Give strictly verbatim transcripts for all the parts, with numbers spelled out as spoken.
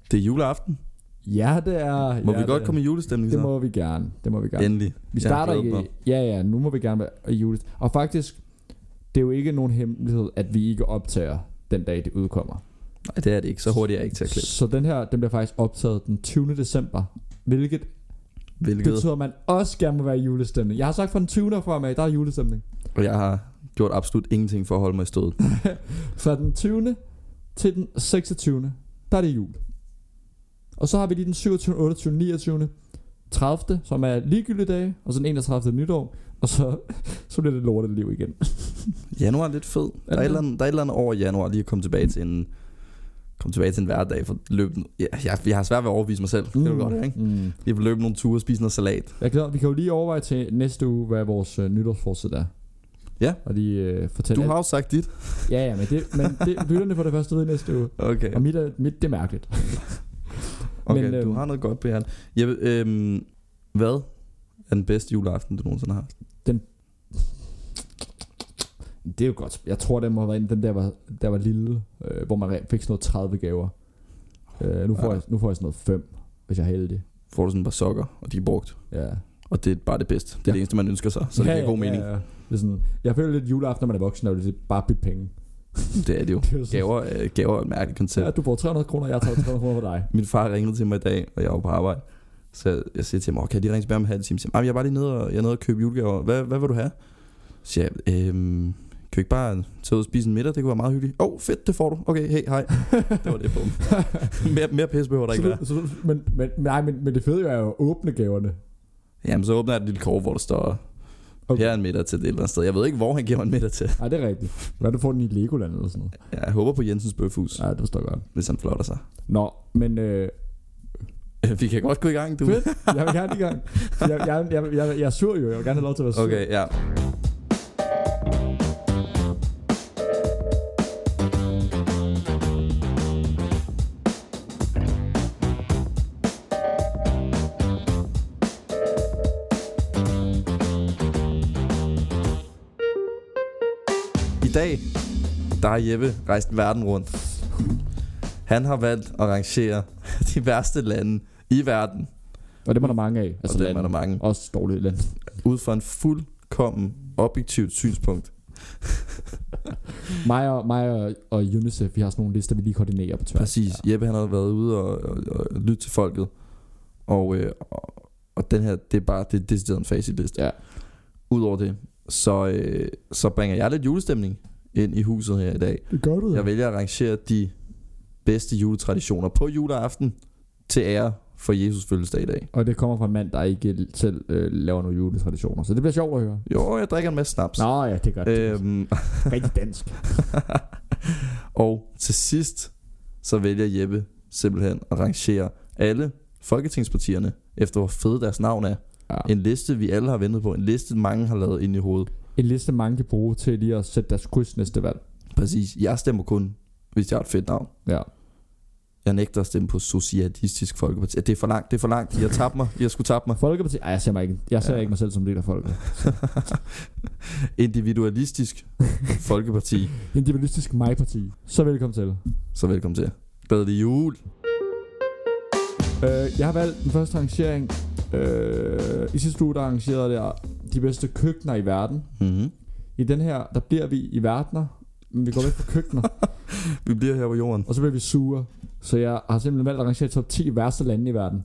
Det er juleaften. Ja, det er. Må ja, vi godt det, komme i julestemning det så? må vi gerne. Det må vi gerne. Endelig. Vi starter ikke. Ja, ja, nu må vi gerne være i julestemning. Og faktisk, det er jo ikke nogen hemmelighed, at vi ikke optager den dag, det udkommer. Nej, det er det ikke. Så hurtigt er jeg ikke til at klippe. Så den her, den bliver faktisk optaget den tyvende december. Hvilket, Hvilket betyder, at man også gerne må være i julestemning. Jeg har sagt fra den tyvende frem af, der er julestemning. Og jeg har gjort absolut ingenting for at holde mig i stødet. Fra den tyvende til den seksogtyvende, der er det jul. Og så har vi lige den syvogtyvende, otteogtyvende, niogtyvende, tredivte, som er ligegyldige dage. Og så den enogtredivte nytår. Og så, så bliver det lortet liv igen. Januar er lidt fed. Der er, et eller andet, der er et eller andet over januar lige at komme tilbage til en komme tilbage til en hverdag for løbet. Ja, jeg, jeg har svært ved at overbevise mig selv. Mm. Det er godt, ikke? Mm. Jeg vil løbe nogle ture og spise noget salat. Jeg glæder, vi kan jo lige overveje til næste uge, hvad vores øh, nytårsforsæt er. Ja. Og lige øh, fortælle. Du har jo sagt dit. Ja, ja, men det, men det lytterne for det første ved næste uge. Okay. Og mit er, mit, det er mærkeligt. Okay, men, øhm, du har noget godt på hjertet. Jeg, øhm, hvad er den bedste juleaften, du nogensinde har haft? Den Det er jo godt. Jeg tror, det må have været den der var, der var lille, øh, hvor man fik sådan noget tredive gaver. Øh, nu, får ja. jeg, nu får jeg sådan noget fem, hvis jeg er heldig. Får du sådan et par sokker, og de er brugt. Ja. Og det er bare det bedste. Det er ja. det eneste, man ønsker sig. Så ja, det giver ja, god mening. Ja, ja. Det er sådan, jeg føler lidt juleaften, når man er voksen, og det er bare bytte penge. Det er det jo. Det er jo gaver, øh, gaver er et mærkeligt koncept. Ja, du får tre hundrede kroner, jeg tager tre hundrede kroner for dig. Min far ringede til mig i dag, og jeg var på arbejde. Så jeg siger til ham, kan de ringe til mig om en halv time? Jeg er bare lige nede og, jeg er nede og købe julegaver. Hvad, hvad vil du have? Så siger jeg, øhm, kan vi ikke bare tage ud og spise en middag? Det kunne være meget hyggeligt. Åh, oh, fedt, det får du. Okay, hey, hej. Det var det på mere, mere pisse behøver der ikke være. Så, så, men, men, nej, men, men det fede jo er jo at åbne gaverne. Jamen, så åbner jeg et lille kort, hvor der står, okay, her er en middag til det et eller andet sted. Jeg ved ikke, hvor han giver mig en middag til. Nej, det er rigtigt. Hvad du får den i Legoland eller sådan noget? Ja, jeg håber på Jensens Bøfhus. Ja, det står godt. Hvis han flotter sig. Nå, men øh, vi kan godt gå i gang, du. Fedt, jeg vil gerne i gang. Jeg, jeg, jeg, jeg, jeg, jeg er sur jo, jeg vil gerne have lov til at være sur. Okay, ja. I dag, der har Jeppe rejst verden rundt. Han har valgt at rangere de værste lande i verden. Og det var der mange af. Altså, og det var der mange. Også dårlige lande. Ud fra en fuldkommen objektivt synspunkt. mig og, mig og, og UNICEF, vi har sådan nogle lister, vi lige koordinerer på tværs. Præcis. Ja. Jeppe, han har været ude og, og, og, og lytte til folket. Og, øh, og, og den her, det er bare, det er decideret en facitliste. Ja. Udover det, så, øh, så bringer jeg lidt julestemning ind i huset her i dag. Det gør du. Jeg vælger at arrangere de bedste juletraditioner på juleaften til ære for Jesus fødselsdag i dag. Og det kommer fra en mand, der ikke selv øh, laver nogle juletraditioner. Så det bliver sjovt at høre. Jo, jeg drikker en masse snaps. Nå ja, det er godt. Øhm. Rigtig dansk. Og til sidst, så vælger Jeppe simpelthen at rangere alle folketingspartierne efter hvor fede deres navn er. Ja. En liste, vi alle har ventet på. En liste, mange har lavet ind i hovedet. En liste, mange kan bruge til lige at sætte deres kryds næste valg. Præcis. Jeg stemmer kun, hvis jeg har et fedt navn. Ja. Jeg nægter at stemme på Socialistisk Folkeparti. Det er for langt, det er for langt. Jeg tabte mig. Jeg skulle tabe mig. Folkeparti? Ej, jeg ser mig ikke. Jeg ser ja. ikke mig selv som del af folket. Individualistisk Folkeparti. Individualistisk mig-parti. Så velkommen til. Så velkommen til. Glædelig jul. Øh, jeg har valgt den første rangering. Øh, I sidste uge, der arrangerede jeg de bedste køkkener i verden. Mm-hmm. I den her, der bliver vi i verdener, men vi går væk fra køkkener. Vi bliver her på jorden. Og så bliver vi sure. Så jeg har simpelthen valgt at rangere top ti værste lande i verden.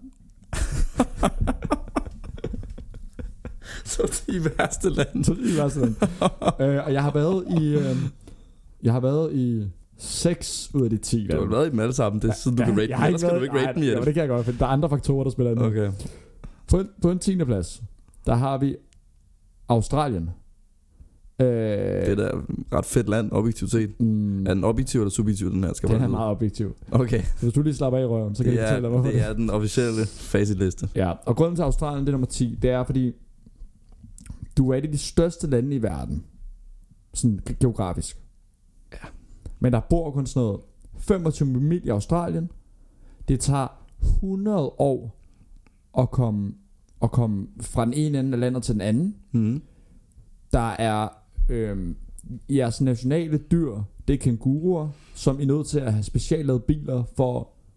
Så ti værste lande. Så ti værste lande. øh, Og jeg har været i øh, Jeg har været i seks ud af de ti lande. Du har været i dem alle sammen. Det er sådan, du ja, kan rate dem. Ellers skal du ikke rate dem, Jeppe. Ja, det kan jeg godt, for der er andre faktorer, der spiller ind. Okay. På en, på en tiende plads, der har vi Australien. Øh, det er da ret fedt land, objektivt set. Mm, er den objektiv eller subjektiv, den her? Skal den er meget objektiv. Okay. Så hvis du lige slapper af i røven, så kan det jeg er, fortælle dig, hvorfor det er den officielle facitliste. Ja, og grunden til Australien, det er nummer ti. Det er fordi du er et af de største lande i verden, sådan geografisk. Ja. Men der bor kun sådan noget femogtyve millioner i Australien. Det tager hundrede år at komme, at komme fra den ene ende af landet til den anden. Mm. Der er øhm, jeres nationale dyr, det er kænguruer, som er nødt til at have speciallavede biler for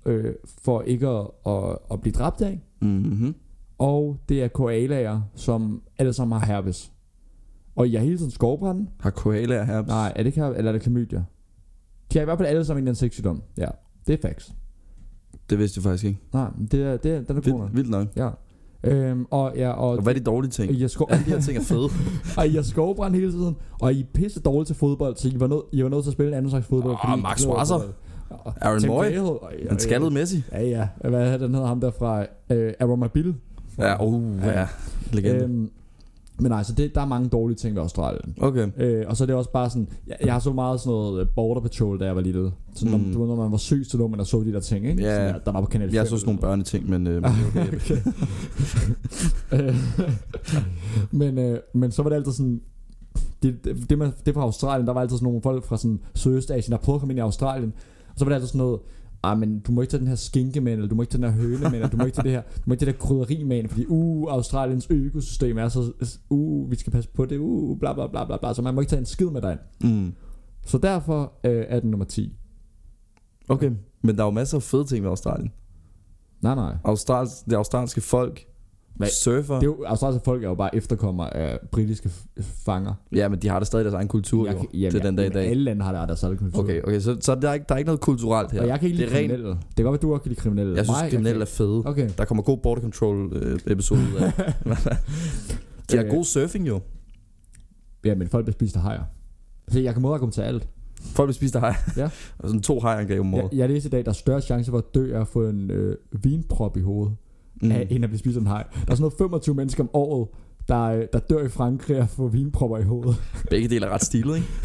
øh, for ikke at, at, at blive dræbt af. Mm-hmm. Og det er koalaer, som alle sammen har herpes. Og jeg har hele tiden skovbrænde. Har koalaer herpes? Nej, er det ikke herpes, eller er det klamydia? De har i hvert fald alle sammen en eller anden sexsygdom. Ja, det er facts. Det vidste jeg faktisk ikke. Nej, men det er, det er, den er god nok. Vildt, vildt nok. Ja. Øhm, og, ja, og, Og hvad er de dårlige ting? Jeg skov... Alle de her ting er fede. og jeg skovbrænd hele tiden. Og I er pisse dårlige til fodbold, så I var nødt, I var nødt til at spille en anden slags fodbold. Åh, Max Schwarzer. Aaron Moy. Den skaldede Messi. Ja, ja. Hvad er den hedder ham der fra øh, Aromabil? Ja, oh, ja. ja. Legende. Øhm, men altså, det, der er mange dårlige ting ved Australien. Okay. Øh, og så er det også bare sådan, jeg, jeg har så meget sådan noget Border Patrol, da jeg var lille. Så når, Mm. du ved, når man var syg, så lå man og så de der ting, ikke? Ja. Sådan der, der var på kanal Jeg fem så sådan nogle eller børneting, men... Øh, men okay. sådan. Øh, men, øh, men så var det altid sådan, det, det, det, man, det fra Australien, der var altid sådan nogle folk fra sådan Sydøstasien, der prøvede at komme ind i Australien. Og så var det altid sådan noget, ah, men du må ikke tage den her skinke med, eller du må ikke tage den her høne med, eller du må ikke tage det her, du må ikke tage det der krydderi med, fordi uh, Australiens økosystem er så, uh, vi skal passe på det, uh, bla bla bla bla bla, så man må ikke tage en skid med dig. Mm. Så derfor øh, er den nummer ti. Okay, men der er jo masser af fede ting ved Australien. Nej, nej. Austral, det australske folk Hvad? surfer. Det er jo, australske folk er jo bare efterkommere af britiske f- fanger. Ja, men de har da stadig deres egen kultur, Jeg jo, kan- jamen, til den dag i jamen, dag. alle lande har der deres egen kultur. Okay, okay, så, så der, er ikke, der er ikke noget kulturelt her. Og jeg kan ikke lide det er rent- kriminelle. Det kan godt være, du også kan lide kriminelle. Jeg synes, Mig, kriminelle er kan- fede. Okay. Der kommer god border control øh, episode ud af. De har Øh. god surfing jo. Ja, men folk bliver spist af hajer. Så jeg kan modargumentere til alt. Folk bliver spist af haj. Ja. Og sådan to hajer gav om Jeg, året. jeg læste i dag, der er større chance for at dø af at få en øh, vinprop i hovedet, mm. af, end at blive spist af en haj. Der er sådan noget femogtyve mennesker om året, der, øh, der dør i Frankrig af at få vinpropper i hovedet. Begge dele er ret stilet, ikke?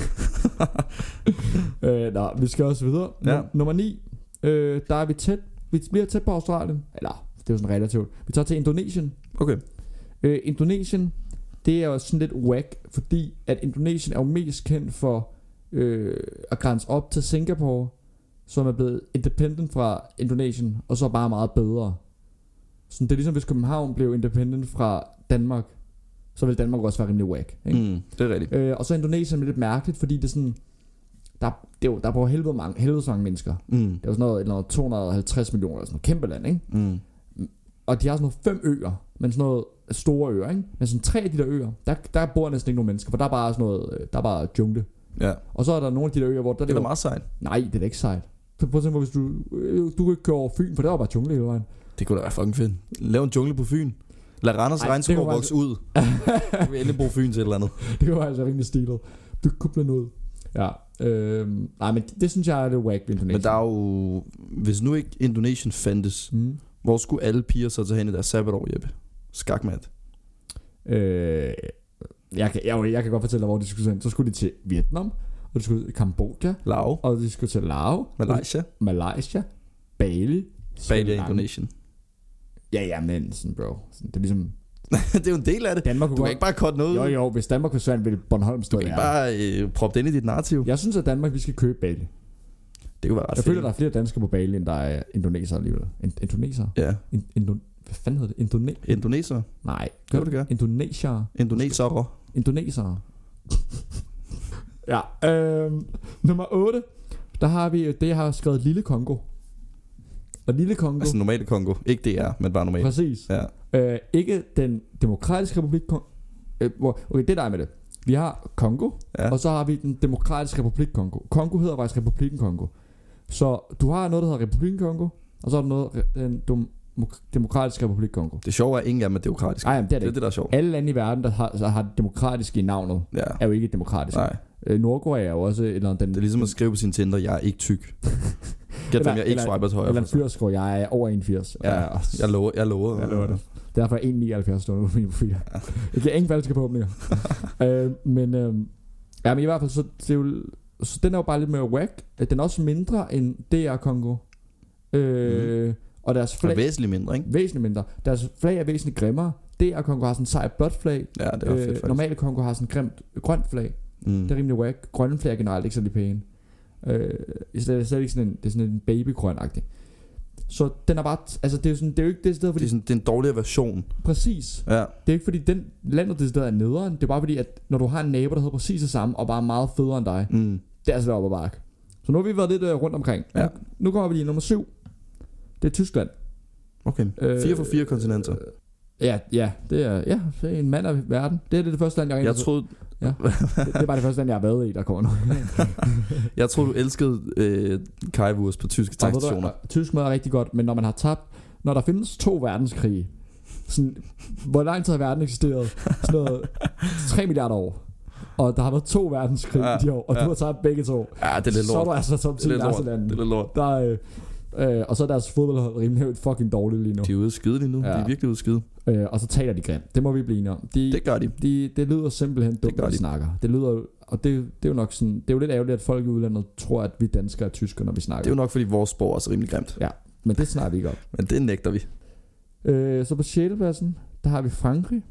øh, nå, vi skal også videre. Ja. Num- nummer ni, øh, der er vi tæt. Vi bliver tæt på Australien. Eller, det er jo sådan relativt. Vi tager til Indonesien. Okay. Øh, Indonesien, det er jo sådan lidt whack, fordi at Indonesien er jo mest kendt for øh, at grænse op til Singapore, som er blevet independent fra Indonesien, og så bare meget bedre. Så det er ligesom hvis København blev independent fra Danmark, så vil Danmark også være rimelig whack, ikke? Mm, det er rigtigt. Øh, og så er Indonesien lidt mærkeligt, fordi det er sådan, der, det er jo, der bor helvede mange, helvede så mange mennesker. Mm. Det er jo sådan noget, eller noget to hundrede og halvtreds millioner, eller sådan noget kæmpe land, ikke? Mm. Og de har sådan nogle fem øer, men sådan noget store øer, ikke? Men sådan tre af de der øer, der, der bor næsten ikke nogen mennesker, for der er bare sådan noget, øh, der er bare jungle. Ja. Og så er der nogle af de der øer, hvor der Det er da meget sejt. nej, det er da ikke sejt. Så prøv at tænke på, hvis du, øh, du kan ikke køre over Fyn, for der var bare jungle hele vejen. Det kunne da være fucking fedt. Lav en jungle på Fyn. Lad Randers Ej, regnskov det kunne vokse ud. Du vil endelig bruge Fyn til et eller andet. Det var altså rimelig stilet. Du kubler noget. Ja. Øhm, nej, men det, det synes jeg er lidt whack ved Indonesien. Men der er jo... Hvis nu ikke Indonesien fandtes, Mm. hvor skulle alle piger så tage hen i deres sabbatår, Jeppe? Skakmat. Øh, jeg, kan, jeg, jeg kan godt fortælle dig, hvor de skulle hen. Så skulle de til Vietnam, og de skulle til Kambodja, Laos. og de skulle til Laos, Malaysia. Malaysia, Bali, Sri Bali og Lanka. Indonesien. Ja, ja, men sådan, bro. Sådan, det er ligesom... Det er jo en del af det. Danmark kunne Du kan godt... ikke bare korte noget Jo, ud. jo, hvis Danmark var svært, ville Bornholm Du stå kan i ikke bare øh, proppe det ind i dit narrativ. Jeg synes, at Danmark, vi skal købe Bali. Det kunne være ret Jeg fedt. føler, der er flere danskere på Bali, end der er indoneser alligevel. In- indoneser? Ja. In- Indo- Hvad fanden hedder det? Indone... Indoneser. Nej. Jo, det gør. Indonesier. Indonesere. Indonesere. ja. Øhm, nummer otte. Der har vi det, jeg har skrevet Lille Kongo. Og Lille Kongo... Altså normale Kongo. Ikke D R, men bare normalt. Præcis. Ja. Øh, ikke den demokratiske republik Kongo. Øh, hvor, okay, det der er med det. Vi har Kongo, Ja. og så har vi den demokratiske republik Kongo. Kongo hedder faktisk Republikken Kongo. Så du har noget, der hedder Republikken Kongo, og så er der noget, den dem- demokratiske republik Kongo. Det sjove er, at ingen af dem er demokratisk. Nej, det er det Det er ikke. det, der er sjovt. Alle lande i verden, der har, der har det demokratiske i navnet, Ja. er jo ikke demokratiske. Nej. Øh, Nordkorea er jo også, eller den... Det er ligesom at skrive på sin Tinder, jeg er ikke tyk. Gæt hvem jeg ikke swiper til højre Eller en for. firs, hvor jeg er over enogfirs. Ja, og- jeg lover, jeg lover. Jeg lover det. Derfor er en komma nioghalvfjerds stående på min profil. Ja. Jeg giver ingen falske forhåbninger. øh, men, øh, ja, men i hvert fald, så, det er jo, så den er jo bare lidt mere whack. Den er også mindre end D R Kongo. Øh, mm. Og deres Det flag... er væsentligt mindre, ikke? Væsentligt mindre. Deres flag er væsentligt grimmere. D R Kongo har sådan en sej blåt flag. Ja, det er øh, fedt faktisk. Normale Kongo har sådan en grimt grønt flag. Mm. Det er rimelig whack. Grønne flag er generelt ikke så lige pæne. Øh, det er slet ikke sådan en, det er sådan en babygrøn-agtig. Så den er bare, altså det er jo sådan, det er jo ikke det sted, Det fordi er, sådan, det er en dårligere version. præcis. Ja. Det er ikke fordi den landet det sted er nederen. Det er bare fordi at når du har en nabo der hedder præcis det samme og bare er meget federe end dig, Mm. det er altså op ad bakke. Så nu har vi været lidt uh, rundt omkring. Ja. Nu, nu kommer vi lige nummer syv. Det er Tyskland. Okay, fire for fire kontinenter. Øh, ja, ja, det er, ja, det er en mand af verden. Det er det, det første land, jeg Jeg troede, ja. det, det er bare det første land, jeg har været i, der kommer nu. jeg troede, du elskede øh, currywurst på tyske tankstationer. Tysk mad er rigtig godt, men når man har tabt, når der findes to verdenskrige, sådan, hvor lang tid har verden eksisteret? Sådan noget tre milliarder år. Og der har været to verdenskrige ja, i de år, og ja. du har tabt begge to. Ja, det er lidt lort. Så er du altså top ti i landet. Det er lidt lort. Der er, øh, og så er deres fodboldhold rimelig fucking dårligt lige nu. De er ude at skide lige nu. Ja. De er virkelig ude at skide. Øh, og så taler de grimt. Det må vi blive enige om. De, det gør de. de. Det lyder simpelthen dumt, når de, de snakker. Det lyder, og det, det er jo nok sådan, det er jo lidt ærgerligt, at folk i udlandet tror, at vi danskere er tyskere, når vi snakker. Det er jo nok, fordi vores sprog er så rimelig grimt. Ja, men det snakker vi ikke om. Men det nægter vi. Øh, så på sjette pladsen, der har vi Frankrig.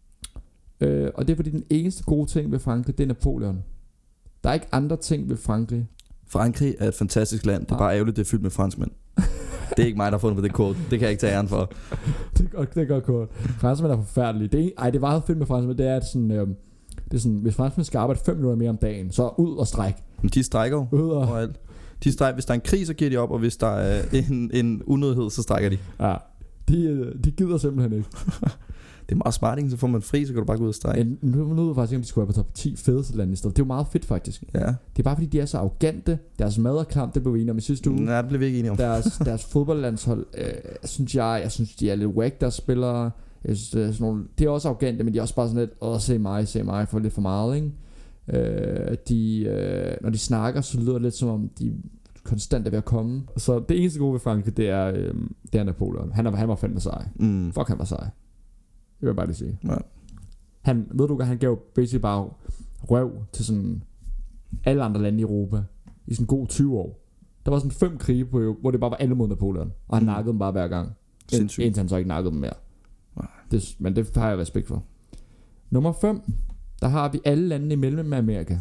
Øh, og det er fordi den eneste gode ting ved Frankrig, det er Napoleon. Der er ikke andre ting ved Frankrig. Frankrig er et fantastisk land. Det er bare ærgerligt, det er fyldt med franskmænd. Det er ikke mig, der har fundet på det kort. Det kan jeg ikke tage æren for. det er godt, det er godt kort. Franskmænd er forfærdelige. Det er, ej, det er meget fedt med franskmænd. Det er, at sådan, øh, det er sådan, hvis franskmænd skal arbejde fem minutter mere om dagen, så ud og stræk. Men de strækker jo ud og... overalt. De strækker, hvis der er en krig, så giver de op, og hvis der er en, en unødighed, så strækker de. Ja, de, de gider simpelthen ikke. Det er meget smart, ikke? Så får man fri, så kan du bare gå ud og strække. Ja, nu ved jeg faktisk ikke, om de skulle være på top ti fedeste lande i stedet. Det er jo meget fedt faktisk. Ja. Det er bare fordi, de er så arrogante. Deres maderkamp, det blev vi enige om i sidste uge. Nej, det blev vi ikke enige om. Deres, deres fodboldlandshold, øh, synes jeg, jeg synes, de er lidt whack, der spillere. Jeg synes, det er sådan nogle, de er også arrogante, men de er også bare sådan lidt, åh, se mig, se mig, for lidt for meget, ikke? Øh, de, øh, når de snakker, så lyder det lidt som om, de konstant er ved at komme. Så det eneste gode ved Frankrig, det er, øh, det er Napoleon. Han, er, han var fandme sej. Mm. Fuck, han var sej. Det vil jeg bare lige sige. Ja. Han, ved du, han gav basically bare røv til sådan alle andre lande i Europa i sådan god tyve år. Der var sådan fem krige på, hvor det bare var alle mod Napoleon, og han mm. nakkede dem bare hver gang. Sindssygt. Indtil han så ikke nakkede dem mere. Det, men det har jeg respekt for. Nummer fem, der har vi alle landene i Mellemamerika.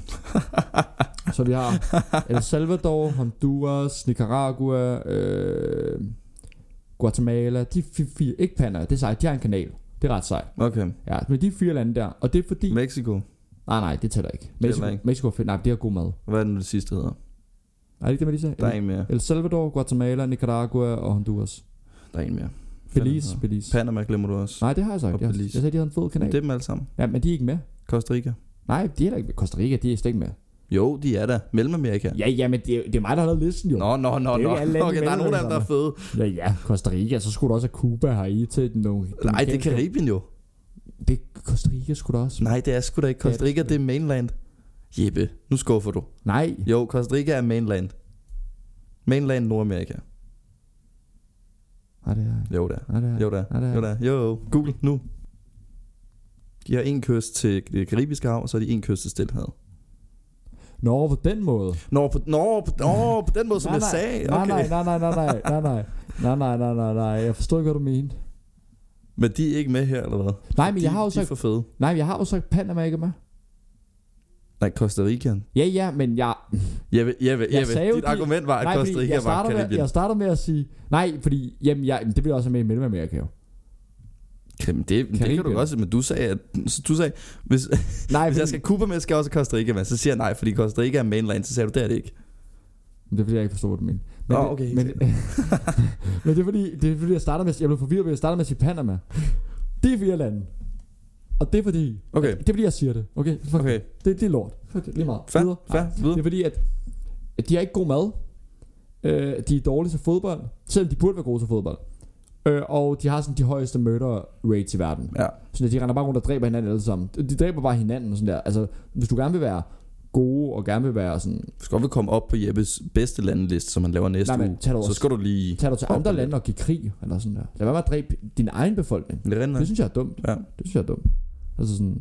Så vi har El Salvador, Honduras, Nicaragua, øh, Guatemala. De fire, ikke Panama, det er sejt, de har en kanal. Det er ret sejt. Okay. Ja, men de fire lande der, og det er fordi... Mexico. Nej, nej, det tæller ikke. Mexico, ikke. Mexico er fedt. Nej, det er god mad. Hvad er det nu det sidste hedder? Er det ikke det, man lige sagde? Der er en mere. El Salvador, Guatemala, Nicaragua og Honduras. Der er en mere. Belize, Belize. Panama glemmer du også. Nej, det har jeg sagt. Jeg, jeg sagde, de havde en fed kanal. Men det er dem alle sammen. Ja, men de er ikke med. Costa Rica. Nej, de er heller ikke med. Costa Rica, de er slet ikke med. Jo, de er der. Mellemamerika. Ja, ja, men det er, det er mig, der har lavet listen, jo. Nå, nå, nå, nå. Okay, der er nogen af dem, der er fede. Ja, ja. Costa Rica, så skulle du også have Cuba her i til nogle... Nej, det er Karibien jo. Det er Costa Rica, skulle du også. Nej, det er sgu da ikke. Costa Rica, det er mainland. Jeppe, nu skuffer du. Nej. Jo, Costa Rica er mainland. Mainland Nordamerika. Nej, det er Jo, der. Nej, det er Jo, der. Nej, det er Jo, der. Jo, Google nu. De har en kyst til det Karibiske hav, og så er de en kyst til Stillehavet. Nå, på den måde. Nå, på, nå, på, nå, på den måde, som nej, jeg sagde. Okay. Nej, nej, nej, nej, nej, nej, nej, nej, nej, nej, nej, nej, jeg forstår ikke, hvad du mener. Men de er ikke med her, eller hvad? Nej, men de, jeg har jo sagt... De er for fede. Nej, jeg har jo sagt Panama ikke med. Nej, Costa Rica. Ja, ja, men jeg... Jeppe, Jeppe, Jeppe. Dit de, argument var, at nej, Costa Rica var Karibien. Med, jeg starter med at sige... Nej, fordi... Jamen, jeg, det bliver også med i Mellemamerika, jo. Jamen, det, det kan du godt, men du sagde, at, du sagde, hvis, nej, hvis jeg skal Cuba med, skal jeg også Costa Rica med. Så siger jeg nej, fordi Costa Rica er mainland. Så sagde du, det er det ikke. Det er fordi, jeg ikke forstår, hvad du mener. Men, oh, okay, men, men det er fordi, det er fordi, jeg starter med... Jeg blev forvirret, jeg starter med at sige Panama. Det er fire lande. Og det er fordi... Okay. Det er fordi, jeg siger det. Okay? Okay. Det, det er lort. Fuck det, lige meget. Fair, videre. Fair, videre. Det er fordi, at, at de har ikke god mad. Øh, de er dårlige til fodbold. Selvom de burde være gode til fodbold. Øh, og de har sådan de højeste murder rates i verden. Ja. Så de render bare rundt og dræber hinanden alle sammen. De dræber bare hinanden og sådan der. Altså, hvis du gerne vil være gode og gerne vil være sådan... Du skal godt komme op på Jeppes bedste landeliste, som man laver næste nej, men, uge. Så skal du lige... Tag du til andre lande og give krig eller sådan der. Lad være med at dræbe din egen befolkning. Det, det synes jeg er dumt. Ja. Det synes jeg er dumt. Altså sådan...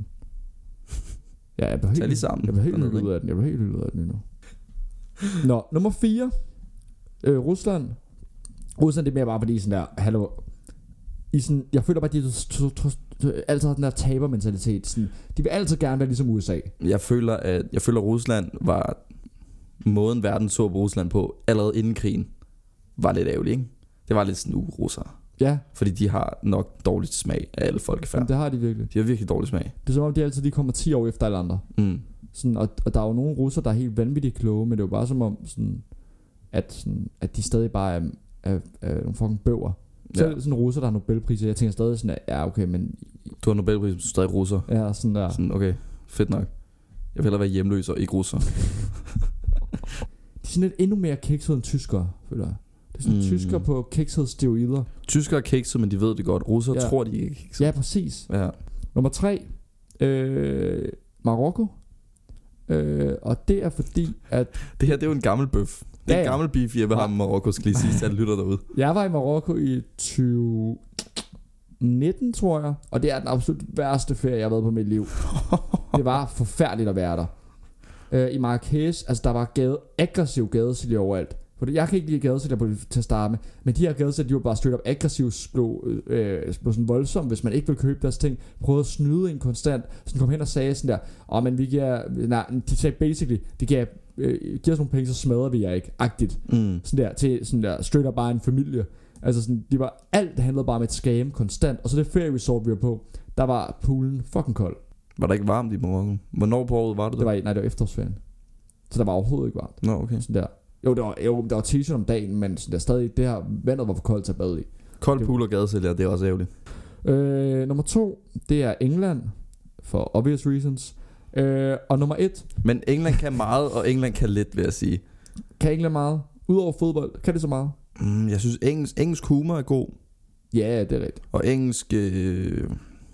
Ja, jeg bliver helt... lige sammen. Jeg bliver helt hyldet ud af den. Jeg bliver helt hyldet ud af den lige nu. Nå, nummer fire. Øh, Rusland. Rusland, det er mere bare fordi sådan der... Hallo... I sådan, jeg føler bare, at de altid har den der tabermentalitet. Sådan, de vil altid gerne være ligesom U S A. Jeg føler, at jeg føler, at Rusland var måden, verden så på Rusland på, allerede inden krigen, var lidt ærgerlig, ikke? Det var lidt sådan urussere. Ja. Fordi de har nok dårligt smag af alle folkefærd. Det har de virkelig. De har virkelig dårlig smag. Det er som om, de altid de kommer ti år efter alle andre. Mm. Sådan, og, og der er jo nogle russer, der er helt vanvittigt kloge, men det er jo bare som om, sådan, at, sådan, at de stadig bare er af, af nogle fucking bøver. Selv ja. Sådan en russer, der har Nobelpriser. Jeg tænker stadig sådan, at ja, okay, men... Du har Nobelpris, du er stadig russer. Ja, sådan der. Sådan, okay, fedt nok. Jeg vil hellere være hjemløs og ikke russer. De er sådan lidt endnu mere kikset end tyskere, føler jeg. Det er sådan mm. tyskere på kiksede steroider. Tyskere er kikset, men de ved det godt. Russere ja. tror, de ikke er kikset. Ja, præcis. Ja. Nummer tre. Øh, Marokko. Øh, og det er fordi, at... Det her, det er jo en gammel bøf. Det er ja, ja. en gammel beef, jeg vil have med Marokko, skal lige sige, så alle lytter derude. Jeg var i Marokko i tyve nitten, tror jeg. Og det er den absolut værste ferie, jeg har været på mit liv. Det var forfærdeligt at være der. Øh, I Marrakesh, altså der var gade, aggressiv gadesælger overalt. For jeg kan ikke lide gadesælger til at starte med, men de her gadesælger, de var bare straight up aggressivt, blev, øh, blev sådan voldsomt, hvis man ikke ville købe deres ting. Prøvede at snyde en konstant. Så de kom hen og sagde sådan der, åh, oh, men vi giver, nej, de sagde basically, de giver, øh, giver os nogle penge, så smadrer vi jer ikke, agtigt. Mm. Sådan der, til sådan der, straight up bare en familie. Altså sådan, de var, alt handlede bare om et scam konstant. Og så det ferie resort, vi var på, der var poolen fucking kold. Var der ikke varmt i Marokko? Hvornår på året var det der? Det var, nej, det var efterårsferien. Så der var overhovedet ikke varmt. Nå, okay. Sådan der. Jo, der var, jo, der var t-shirt om dagen, men sådan der stadig, det her vandet var for koldt til at bade i. Kold pool og gadesælger, det er også ærgerligt. Øh, nummer to, det er England, for obvious reasons. Øh, og nummer et. Men England kan meget, og England kan lidt, vil jeg sige. Kan England meget? Udover fodbold, kan det så meget? Mm, jeg synes, engelsk, engelsk humor er god. Ja, det er rigtigt. Og engelsk øh,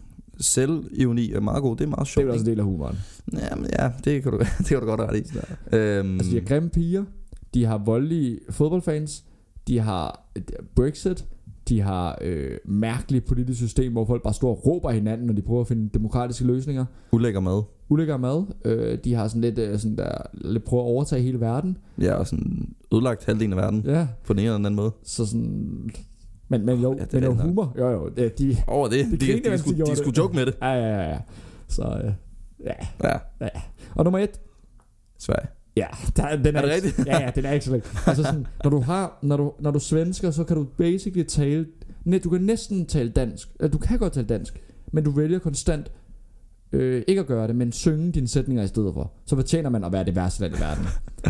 selvironi er meget god. Det er meget sjovt. Det er også en del af humoren. Jamen, ja, det kan du, det kan du godt rette i. Øhm. Altså, de har grimme piger. De har voldelige fodboldfans. De har Brexit. De har øh, mærkeligt politisk system, hvor folk bare står og råber hinanden, når de prøver at finde demokratiske løsninger. Ulækker mad. Ulækker mad. Øh, de har sådan lidt, øh, sådan der, lidt prøver at overtage hele verden. Ja, og sådan ødelagt halvdelen af verden. Ja. På den ene eller den anden måde. Så sådan... Men, men jo, ja, men jo humor. Jo, jo. De, de, Over det. De, de, de, de, skulle, de skulle joke med det. Ja, ja, ja. Så, øh, ja. ja. ja. Og nummer et. Sverige. Ja, der, den er, er det ikke, rigtigt? Ja, ja, den er ikke så lækker. Altså sådan, når du har, når du, når du er svensker, så kan du basically tale, du kan næsten tale dansk. Du kan godt tale dansk, men du vælger konstant øh, ikke at gøre det, men synge dine sætninger i stedet for. Så fortjener man at være det værste land i verden.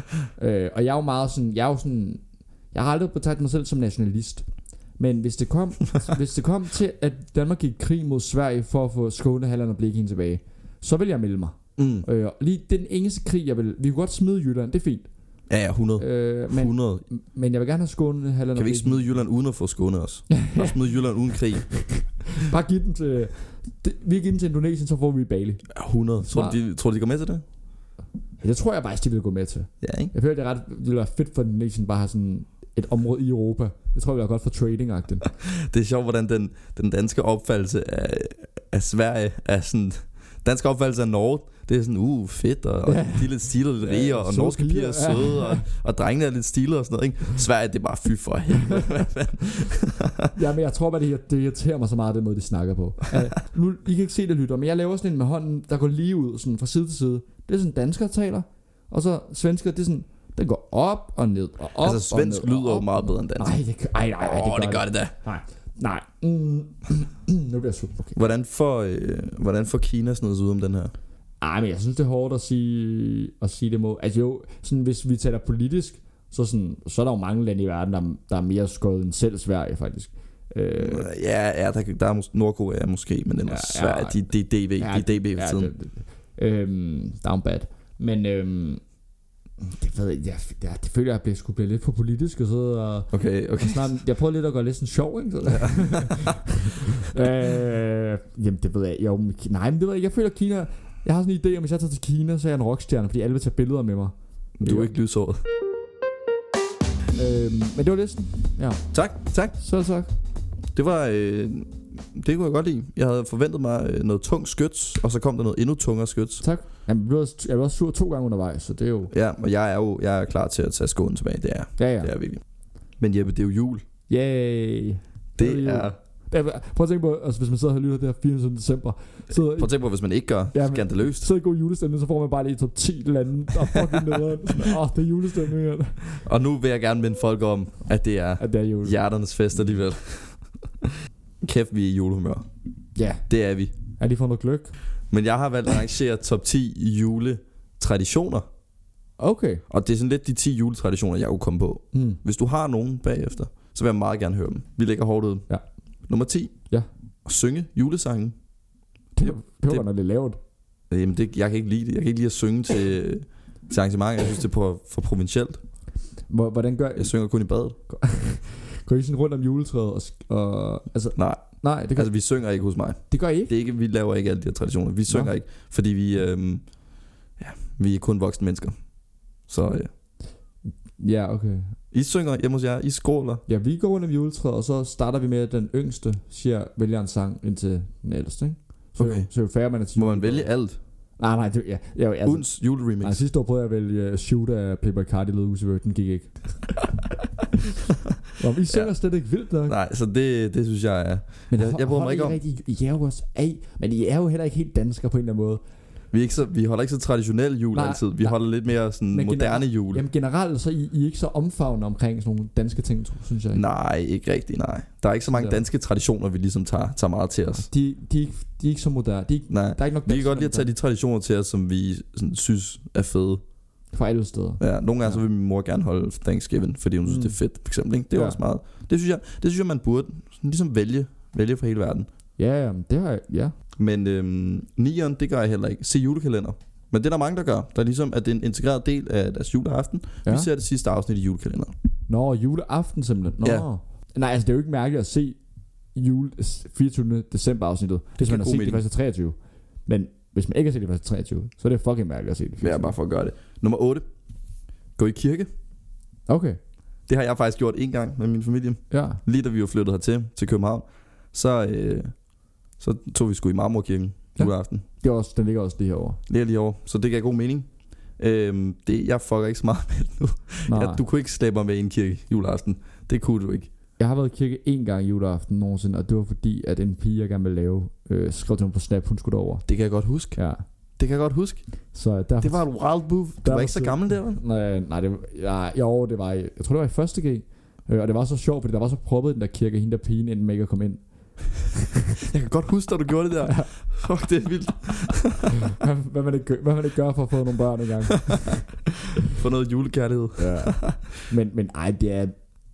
øh, og jeg er jo meget sådan, jeg er jo sådan, jeg har aldrig betegnet mig selv som nationalist. Men hvis det kom, hvis det kom til, at Danmark gik i krig mod Sverige for at få Skåne, Halland og Blekinge tilbage, så vil jeg melde mig. Mm. Øh, lige den eneste krig jeg vil, vi kunne godt smide Jylland, det er fint. Ja, ja, hundrede. Øh, men, hundrede. Men jeg vil gerne have Skåne, Halland. Kan vi ikke smide Jylland uden at få Skåne også? Bare smide Jylland uden krig. Bare give den til det, vi giver den til Indonesien, så får vi Bali. Ja, hundrede. Tror du, de, tror du, de går med til det? Ja, det tror jeg faktisk, de vil gå med til. Ja, ikke? Jeg føler, det er ret, det vil være fedt for Indonesien bare at have sådan et område i Europa. Det tror jeg vil være godt for trading-agten. Det er sjovt, hvordan den, den danske opfattelse af, af Sverige er sådan... Dansk opfattelse af Norge, det er sådan, uh, fedt, og, og ja. de er lidt stilet, lidt rige, ja, og norske piger er søde, ja. og, og drengene er lidt stilet og sådan noget, ikke? Sverige, det er bare fy for helvede. Ja, men jeg tror bare, det, det irriterer mig så meget, den måde, de snakker på. Uh, nu, I kan ikke se det, lytter, men jeg laver sådan en med hånden, der går lige ud, sådan fra side til side. Det er sådan, danskere taler, og så svensker, det er sådan, den går op og ned, og op altså, svensk og ned, lyder jo meget bedre end dansk. Nej, det, ej, nej, ej, det, oh, gør det gør det da. Nej. Nej. Mm. Nu bliver jeg sur. Okay. Hvordan får øh, hvordan får Kina sådan noget ud om den her? Ej, men jeg synes det er hårdt at sige at sige det mod. Altså jo, sådan hvis vi taler politisk, så sådan så er der jo mange lande i verden der, der er mere skåret end selv Sverige faktisk. Øh, ja, ja, der, der er Nordkorea måske, men den er ja, Sverige, ja, de, de D V, ja, de D B for tiden. Ja, det, det, øhm, down bad. Men øhm, det ved jeg, jeg, jeg, det føler jeg bliver skulle blive lidt for politisk og så og okay, okay. Snart, jeg prøver lidt at gøre lidt sådan sjov, ikke? Så, ja. øh, jamen det ved jeg jo, nej, men det ved jeg, jeg føler Kina. Jeg har sådan en idé om, hvis jeg tager til Kina, så er jeg en rockstjerne, fordi alle vil tage billeder med mig. Du er ikke lyshåret. øh, Men det var listen. Ja. Tak, tak. Så tak. Det var øh, det kunne jeg godt lide. Jeg havde forventet mig øh, noget tungt skyts, og så kom der noget endnu tungere skyts. Tak. Jamen, jeg blev også sur to gange undervejs, så det er jo... Ja, og jeg er jo jeg er klar til at tage skoen tilbage. Det er ja, ja. Det er virkelig. Men Jeppe, det er jo jul. Yay. Det, det er... Prøv at tænke på, altså hvis man sidder og lytter det her fireogtyvende december, så prøv at tænke på, hvis man ikke gør ja, skandaløst, så er det god julestemning, så får man bare lige top ti lande, der er fucking nederen. Åh, oh, det er julestemning her. Og nu vil jeg gerne minde folk om, at det er, at det er jule. Hjerternes fest alligevel. Kæft, vi er i julehumør. Ja. Det er vi. Er de for noget gløk? Men jeg har valgt at arrangere top ti juletraditioner. Okay. Og det er sådan lidt de ti juletraditioner, jeg kunne komme på. Mm. Hvis du har nogen bagefter, så vil jeg meget gerne høre dem. Vi lægger hårdt ud. Ja. Nummer ti. Ja. At synge julesangen. Det, det, det var nok lidt lavt. Jamen det, jeg kan ikke lide det. Jeg kan ikke lide at synge til, til arrangementer. Jeg synes det er for, for provincielt. Hvordan gør Jeg synger kun i badet. Går I sådan rundt om juletræet og, og altså Nej. Nej, det gør, Altså vi synger ikke hos mig. det gør I ikke. Det er ikke, vi laver ikke alle de her traditioner. Vi synger Nå. ikke, fordi vi, øhm, ja, vi er kun voksne mennesker. Så ja. Ja, okay. I synger hjemme hos jer, I skråler. Ja, vi går rundt om juletræet, og så starter vi med, at den yngste siger, vælger en sang indtil den ældste, ikke? Så, Okay. så jo færre man er til Må jul- man vælge alt? Nej, nej, det, ja, ja, altså, Ugens juleremix. nej, sidste år prøvede jeg at vælge Shoot af Playboy Cardi Led Uzi Vert, den gik ikke. Nå, I synger Ja. slet ikke vildt nok. Nej, så det, det synes jeg er. Men jeg- jeg bryder mig ikke om- I, I er jo også af, men I er jo heller ikke helt danskere på en eller anden måde. Vi, er ikke så, vi holder ikke så traditionel jul Nej, altid. Vi nej. holder lidt mere sådan Men moderne jul. Jamen generelt, så I, I er ikke så omfavnende omkring sådan nogle danske ting, tror- synes jeg. Nej, ikke rigtigt, nej. Der er ikke så mange Ja. danske traditioner, vi ligesom tager, tager meget til os. De, de, er ikke, de er ikke så moderne. De er ikke, Nej. der er ikke nok Vi kan dansk godt lide at tage de traditioner til os, som vi sådan, synes er fede. fra alle steder. Ja, nogle gange Ja. så vil min mor gerne holde Thanksgiving, fordi hun synes, Mm. det er fedt, for eksempel. Ikke? Det er Ja. også meget. Det synes jeg, det synes jeg man burde sådan, ligesom vælge, vælge for hele verden. Ja, ja, det har jeg, ja. Men øhm, nieren, det gør jeg heller ikke. Se julekalender. Men det er der mange, der gør. Der er ligesom, at det er en integreret del af deres juleaften. ja. Vi ser det sidste afsnit i julekalenderen. Nå, juleaften simpelthen. Nå. Ja. Nej, altså det er jo ikke mærkeligt at se jule fireogtyvende december afsnittet, hvis giver man har god set mening. de første treogtyve. Men hvis man ikke har set de første treogtyve, så er det fucking mærkeligt at se de Det er fireogtyve. bare for at gøre det. Nummer otte. Gå i kirke. Okay, Det har jeg faktisk gjort en gang med min familie. ja. Lige da vi var flyttet hertil, til København. Så, øh, så tog vi sgu i Marmorkirken Ja. juleaften. Det er også, den ligger også lige herovre. Lige lige over. Så det gav god mening. Øhm, det, jeg fucker ikke så meget med det nu. Nej. Ja, du kunne ikke slæbe mig med i en kirke juleaften. Det kunne du ikke. Jeg har været i kirke en gang juleaften nogensinde, og det var fordi, at en pige, jeg gerne ville lave, øh, skrev til mig på Snap, hun skulle derover. Det kan jeg godt huske. Ja. Det kan jeg godt huske. Så derfor, Det var et wild move. Du Der var var ikke så så- gammel der, vel? Nej, nej, det var, ja, jo, det var i, jeg tror det var i første G. Øh, og det var så sjovt, fordi der var så proppet i den der kirke, hende der pigen endte med ikke at komme ind. Jeg kan godt huske, da du gjorde det der. Fuck, det er vildt. hvad, hvad, man ikke, gør- hvad man ikke gør for at få nogle børn engang. For noget julekærlighed. Ja. Men, men ej, det er...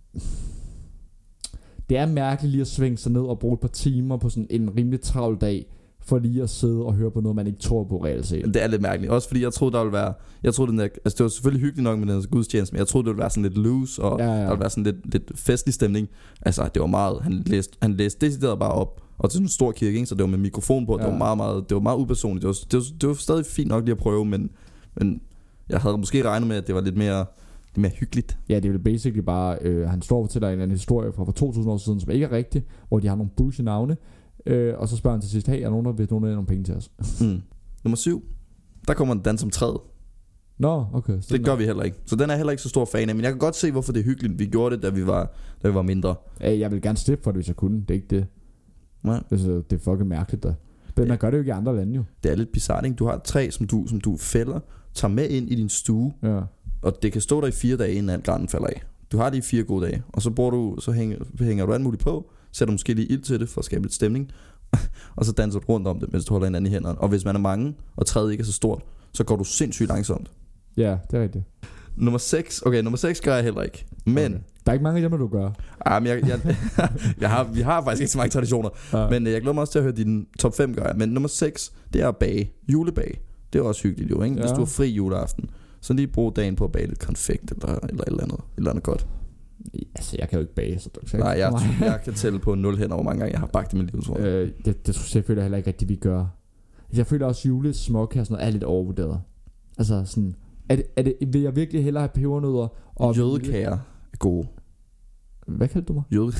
Det er mærkeligt lige at svinge sig ned og bruge et par timer på sådan en rimelig travl dag, for lige at sidde og høre på noget, man ikke tror på reelt set. Det er lidt mærkeligt. Også fordi jeg troede, der ville være... Jeg troede, den der, altså det var selvfølgelig hyggeligt nok med den her gudstjeneste, men jeg troede, det ville være sådan lidt loose, og Ja, ja. der ville være sådan lidt, lidt festlig stemning. Altså, det var meget... Han læste, han læste decideret bare op. Og til sådan en stor kirke, ikke? Så det var med mikrofon på. Ja. Det Ja. var meget, meget, det var meget upersonligt. Det var, det, var, det var stadig fint nok lige at prøve, men, men jeg havde måske regnet med, at det var lidt mere, lidt mere hyggeligt. Ja, det er vel basically bare, øh, han står og fortæller en eller anden historie fra for to tusind år siden, som ikke er rigtig, hvor de har nogle bullshit navne, øh, og så spørger han til sidst, hey, er der nogen, der vil donere nogle penge til os? Mm. Nummer syv. Der kommer en dans om træet. Nå, okay. Så Det gør vi heller ikke. Så den er jeg heller ikke så stor fan af. Men jeg kan godt se, hvorfor det er hyggeligt. Vi gjorde det, da vi var, da vi var mindre. Ja, jeg vil gerne slippe for det, hvis jeg kunne. Det er ikke det. Nej. Altså, det er fucking mærkeligt, da. Men man gør det jo ikke i andre lande, jo. Det er lidt bizarrt, ikke? Du har et træ, som du, som du fælder, tager med ind i din stue, Ja. og det kan stå der i fire dage, inden alt granen falder af. Du har det i fire gode dage, og så, bruger du, så hænger, hænger du alt muligt på, sætter måske lige ild til det, for at skabe lidt stemning, og så danser du rundt om det, mens du holder hinanden i hænderne. Og hvis man er mange, og træet ikke er så stort, så går du sindssygt langsomt. Ja, det er rigtigt. Nummer seks. Okay, nummer seks gør jeg heller ikke. Men, Okay. Der er ikke mange af dem, du gør. ah, men jeg, jeg, jeg har, vi har faktisk ikke så mange traditioner. Ja. Men øh, jeg glæder mig også til at høre din top fem, gør jeg. Men nummer seks, det er at bage. Julebage. Det er også hyggeligt jo, ikke? Hvis Ja. du har fri juleaften, så lige brug dagen på at bage lidt konfekt eller eller et eller andet, et eller andet godt. Altså, jeg kan jo ikke bage, så du kan Nej, jeg, jeg kan tælle på nul hænder, hvor mange gange jeg har bagt i mit liv, tror jeg. øh, det, det tror jeg føler heller ikke rigtig, vi gør. Jeg føler også, at julesmåkager og sådan noget er lidt overvurderet. Altså sådan, er det, er det, vil jeg virkelig hellere have pebernødder og Jødekager er gode. Hvad kaldte du mig? Jøde.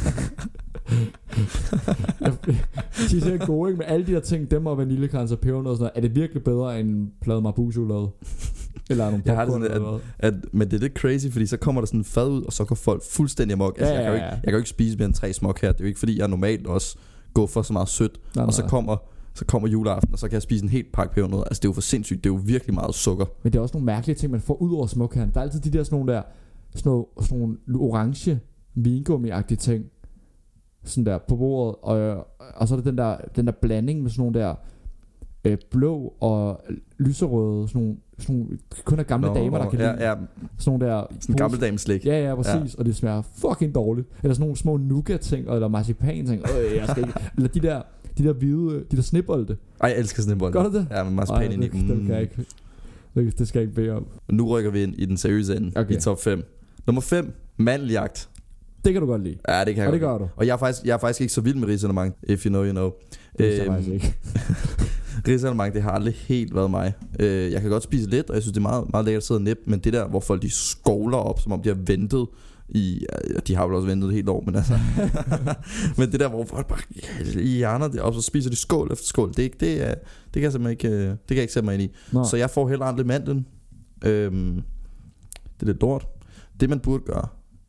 De er så gode, ikke? Med alle de der ting, dem og vaniljekrans og pebernødder og sådan noget. Er det virkelig bedre end en plade marbuschokolade? Eller nogle Jeg har det popcorn sådan, eller hvad? At, men det er lidt crazy, fordi så kommer der sådan en fad ud, og så går folk fuldstændig amok. Altså, Ja, jeg, kan jo ja, ikke, ja. jeg kan jo ikke spise mere end tre små her. Det er jo ikke, fordi jeg normalt også går for så meget sødt. Nej, Og så nej. kommer, så kommer juleaften, og så kan jeg spise en helt pakke pebernødder. Altså, det er jo for sindssygt. Det er jo virkelig meget sukker. Men det er også nogle mærkelige ting, man får ud over småkagerne. Der er altid de der sådan nogle der, sådan nogle, sådan nogle orange vingummi-agtige ting, sådan der på bordet, og, og så er der den der, den der blanding med sådan nogle der, øh, blå og lyserøde, sådan nogle, sådan nogle kun af gamle Nå, damer, der kan ja, lide ja, sådan nogle der sådan gammeldameslik. Ja, ja, præcis, ja. Og det smager fucking dårligt. Eller sådan nogle små nougat-ting, eller marcipan-ting. Øh, jeg skal ikke. Eller de der, de der hvide, de der snibbolde. Ej, jeg elsker snibbolde. Gør du det? Ja, med marcipan ind i. Det, det, kan jeg ikke. Det, det skal jeg ikke bede om. Nu rykker vi ind i den seriøse ende, okay. I top fem. Nummer fem, mandeljagt. Det kan du godt lide. Ja, det kan jeg og det godt. gør du. Og jeg er faktisk, jeg er faktisk ikke så vild med risalemang, if you know, you know. Det er jeg faktisk ikke. Risalemang, det har aldrig helt været mig. Jeg kan godt spise lidt, og jeg synes, det er meget, meget lækkert at sidde og næppe, men det der, hvor folk de skovler op, som om de har ventet i, ja, de har vel også ventet et helt år, men altså men det der, hvor folk bare i hjerner det, og så spiser de skål efter skål, det, det, er, det kan jeg simpelthen ikke, det kan jeg ikke sætte mig ind i. Nå. Så jeg får heller aldrig mandlen. øhm, Det er lidt lort. Det man burde gøre,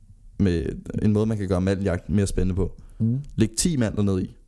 med en måde man kan gøre mandeljagt mere spændende på, mm. læg ti mandler ned i,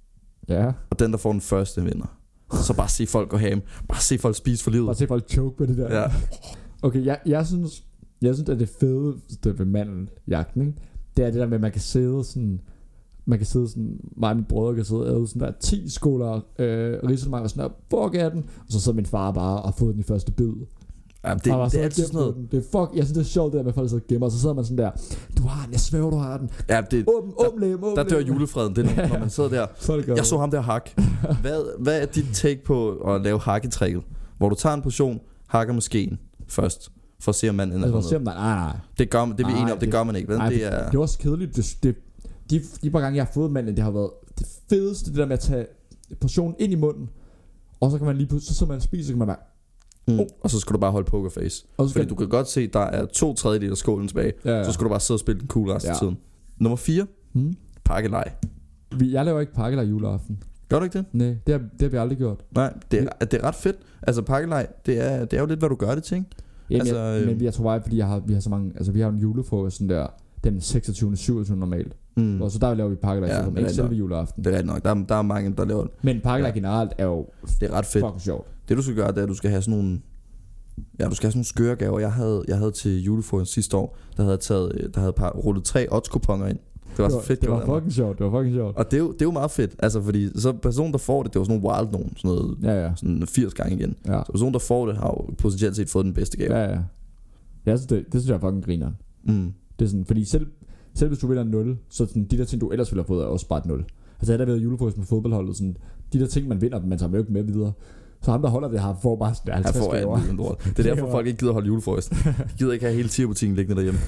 ja. og den der får den første vinder. Så bare se folk gå ham. Bare se folk spise for livet. Bare se folk choke på det der. Ja. Okay, jeg, jeg synes Jeg synes at det fede det ved mandeljagten, ikke? Det er det der med at man kan sidde sådan, man kan sidde sådan, mig og min brødre kan sidde og æde sådan der ti skåler øh, risalemang og sådan der, fuck af den, og så sidder min far bare og fået den i første bid. Ja, det, det, det er altid sådan noget. Det er fuck, jeg synes det er sjovt det der med folk sidder og gemmer, og så sidder man sådan der, du har den, jeg svæver du har den. Ja, det, åben, åben læm, åben der, der dør julefreden, det er, når man sidder der. så jeg så ham der hak. Hvad, hvad er dit take på at lave hakketrækket? Hvor du tager en portion, hakker med skeen først, for at se om man ender noget. Nej, nej. Det gør man, det er vi enige om, det, det gør man ikke. Nej, det, er... det er også kedeligt. Det, det, de, de par gange jeg har fået mandlen, det har været det fedeste, det der med at tage portionen ind i munden, og så kan man lige pludselig, så man spiser, så kan man bare Mm. Oh. Og så skal du bare holde pokerface. Fordi kan... du kan godt se, der er to tredjedel af skålen tilbage. Ja, ja. Så skal du bare sidde og spille den cool resten af ja. tiden. Nummer fire. Mm. Pakkelej. Jeg laver ikke pakkelej juleaften. Gør du ikke det? Nej, det har, det har vi aldrig gjort. Nej, det er, det er ret fedt. Altså pakkelej, det er, det er jo lidt, hvad du gør det til, ikke? Jamen, altså, jeg, øh... men jeg tror bare, fordi jeg har, vi har så mange, altså vi har en julefrokost sådan der, den seksogtyvende syvogtyvende normalt. Mm. Og så der laver vi pakkelej, ja, så ikke selve juleaften. Det er ret nok, der er, der er mange, der laver det. Men pakkelej ja. generelt er jo det er ret fedt. Fucking sjovt. Det du skal gøre, det er, at du skal have sådan nogle, ja, du skal have sådan nogle skøre gaver. Jeg havde, jeg havde til julefrokost sidste år, der havde jeg taget, der havde par, rullet tre odds-kuponer ind. Det var så fedt. Det var fucking sjovt, det var fucking sjovt. Og det er, jo, det er jo meget fedt, altså fordi så personen der får det, det var sådan nogle wild nogen, sådan noget, ja, ja. sådan firs gange igen. Ja. Så personen der får det, har jo potentielt set fået den bedste gave. Ja, ja. Jeg synes, det, det synes jeg er fucking griner. Mm. Det er sådan, fordi selv, selv hvis du vinder nul, så sådan, de der ting du ellers ville have fået er også bare et nul. Altså jeg har da været julefrokost med fodboldholdet, sådan, de der ting man vinder, man tager jo ikke med videre. Så ham der holder det her får bare sådan halvtreds gaver. Det er derfor folk ikke gider holde julefrokost. De gider ikke have hele tierbutikken liggende derhjemme.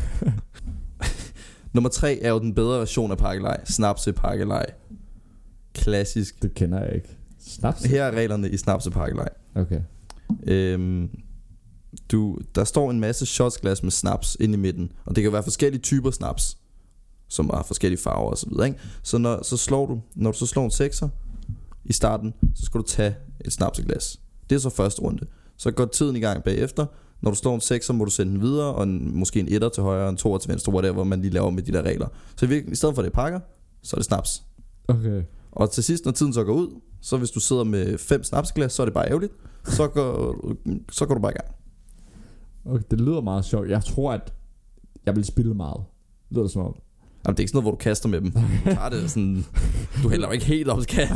Nummer tre er jo den bedre version af pakkelej. Snapse pakkelej. Klassisk. Det kender jeg ikke. Snapse? Her er reglerne i snapse pakkelej. Okay. Øhm, du, der står en masse shotsglas med snaps inde i midten, og det kan være forskellige typer snaps, som har forskellige farver og så videre, ikke? Så når så slår du, når du så slår en sekser i starten, så skal du tage et snapseglas. Det er så første runde. Så går tiden i gang bagefter. Når du slår en sekser, må du sende den videre, og en, måske en etter til højre, en toer til venstre, whatever, hvor man lige laver med de der regler. Så i, i stedet for det pakker, så er det snaps. Okay. Og til sidst, når tiden så går ud, så hvis du sidder med fem snapseglas, så er det bare ærgerligt. Så går, så går du bare i gang. Okay, det lyder meget sjovt. Jeg tror, at jeg vil spille meget. Det lyder som om. Jamen, det er ikke sådan noget, hvor du kaster med dem. Du tager det sådan, du hælder jo ikke helt op, skal.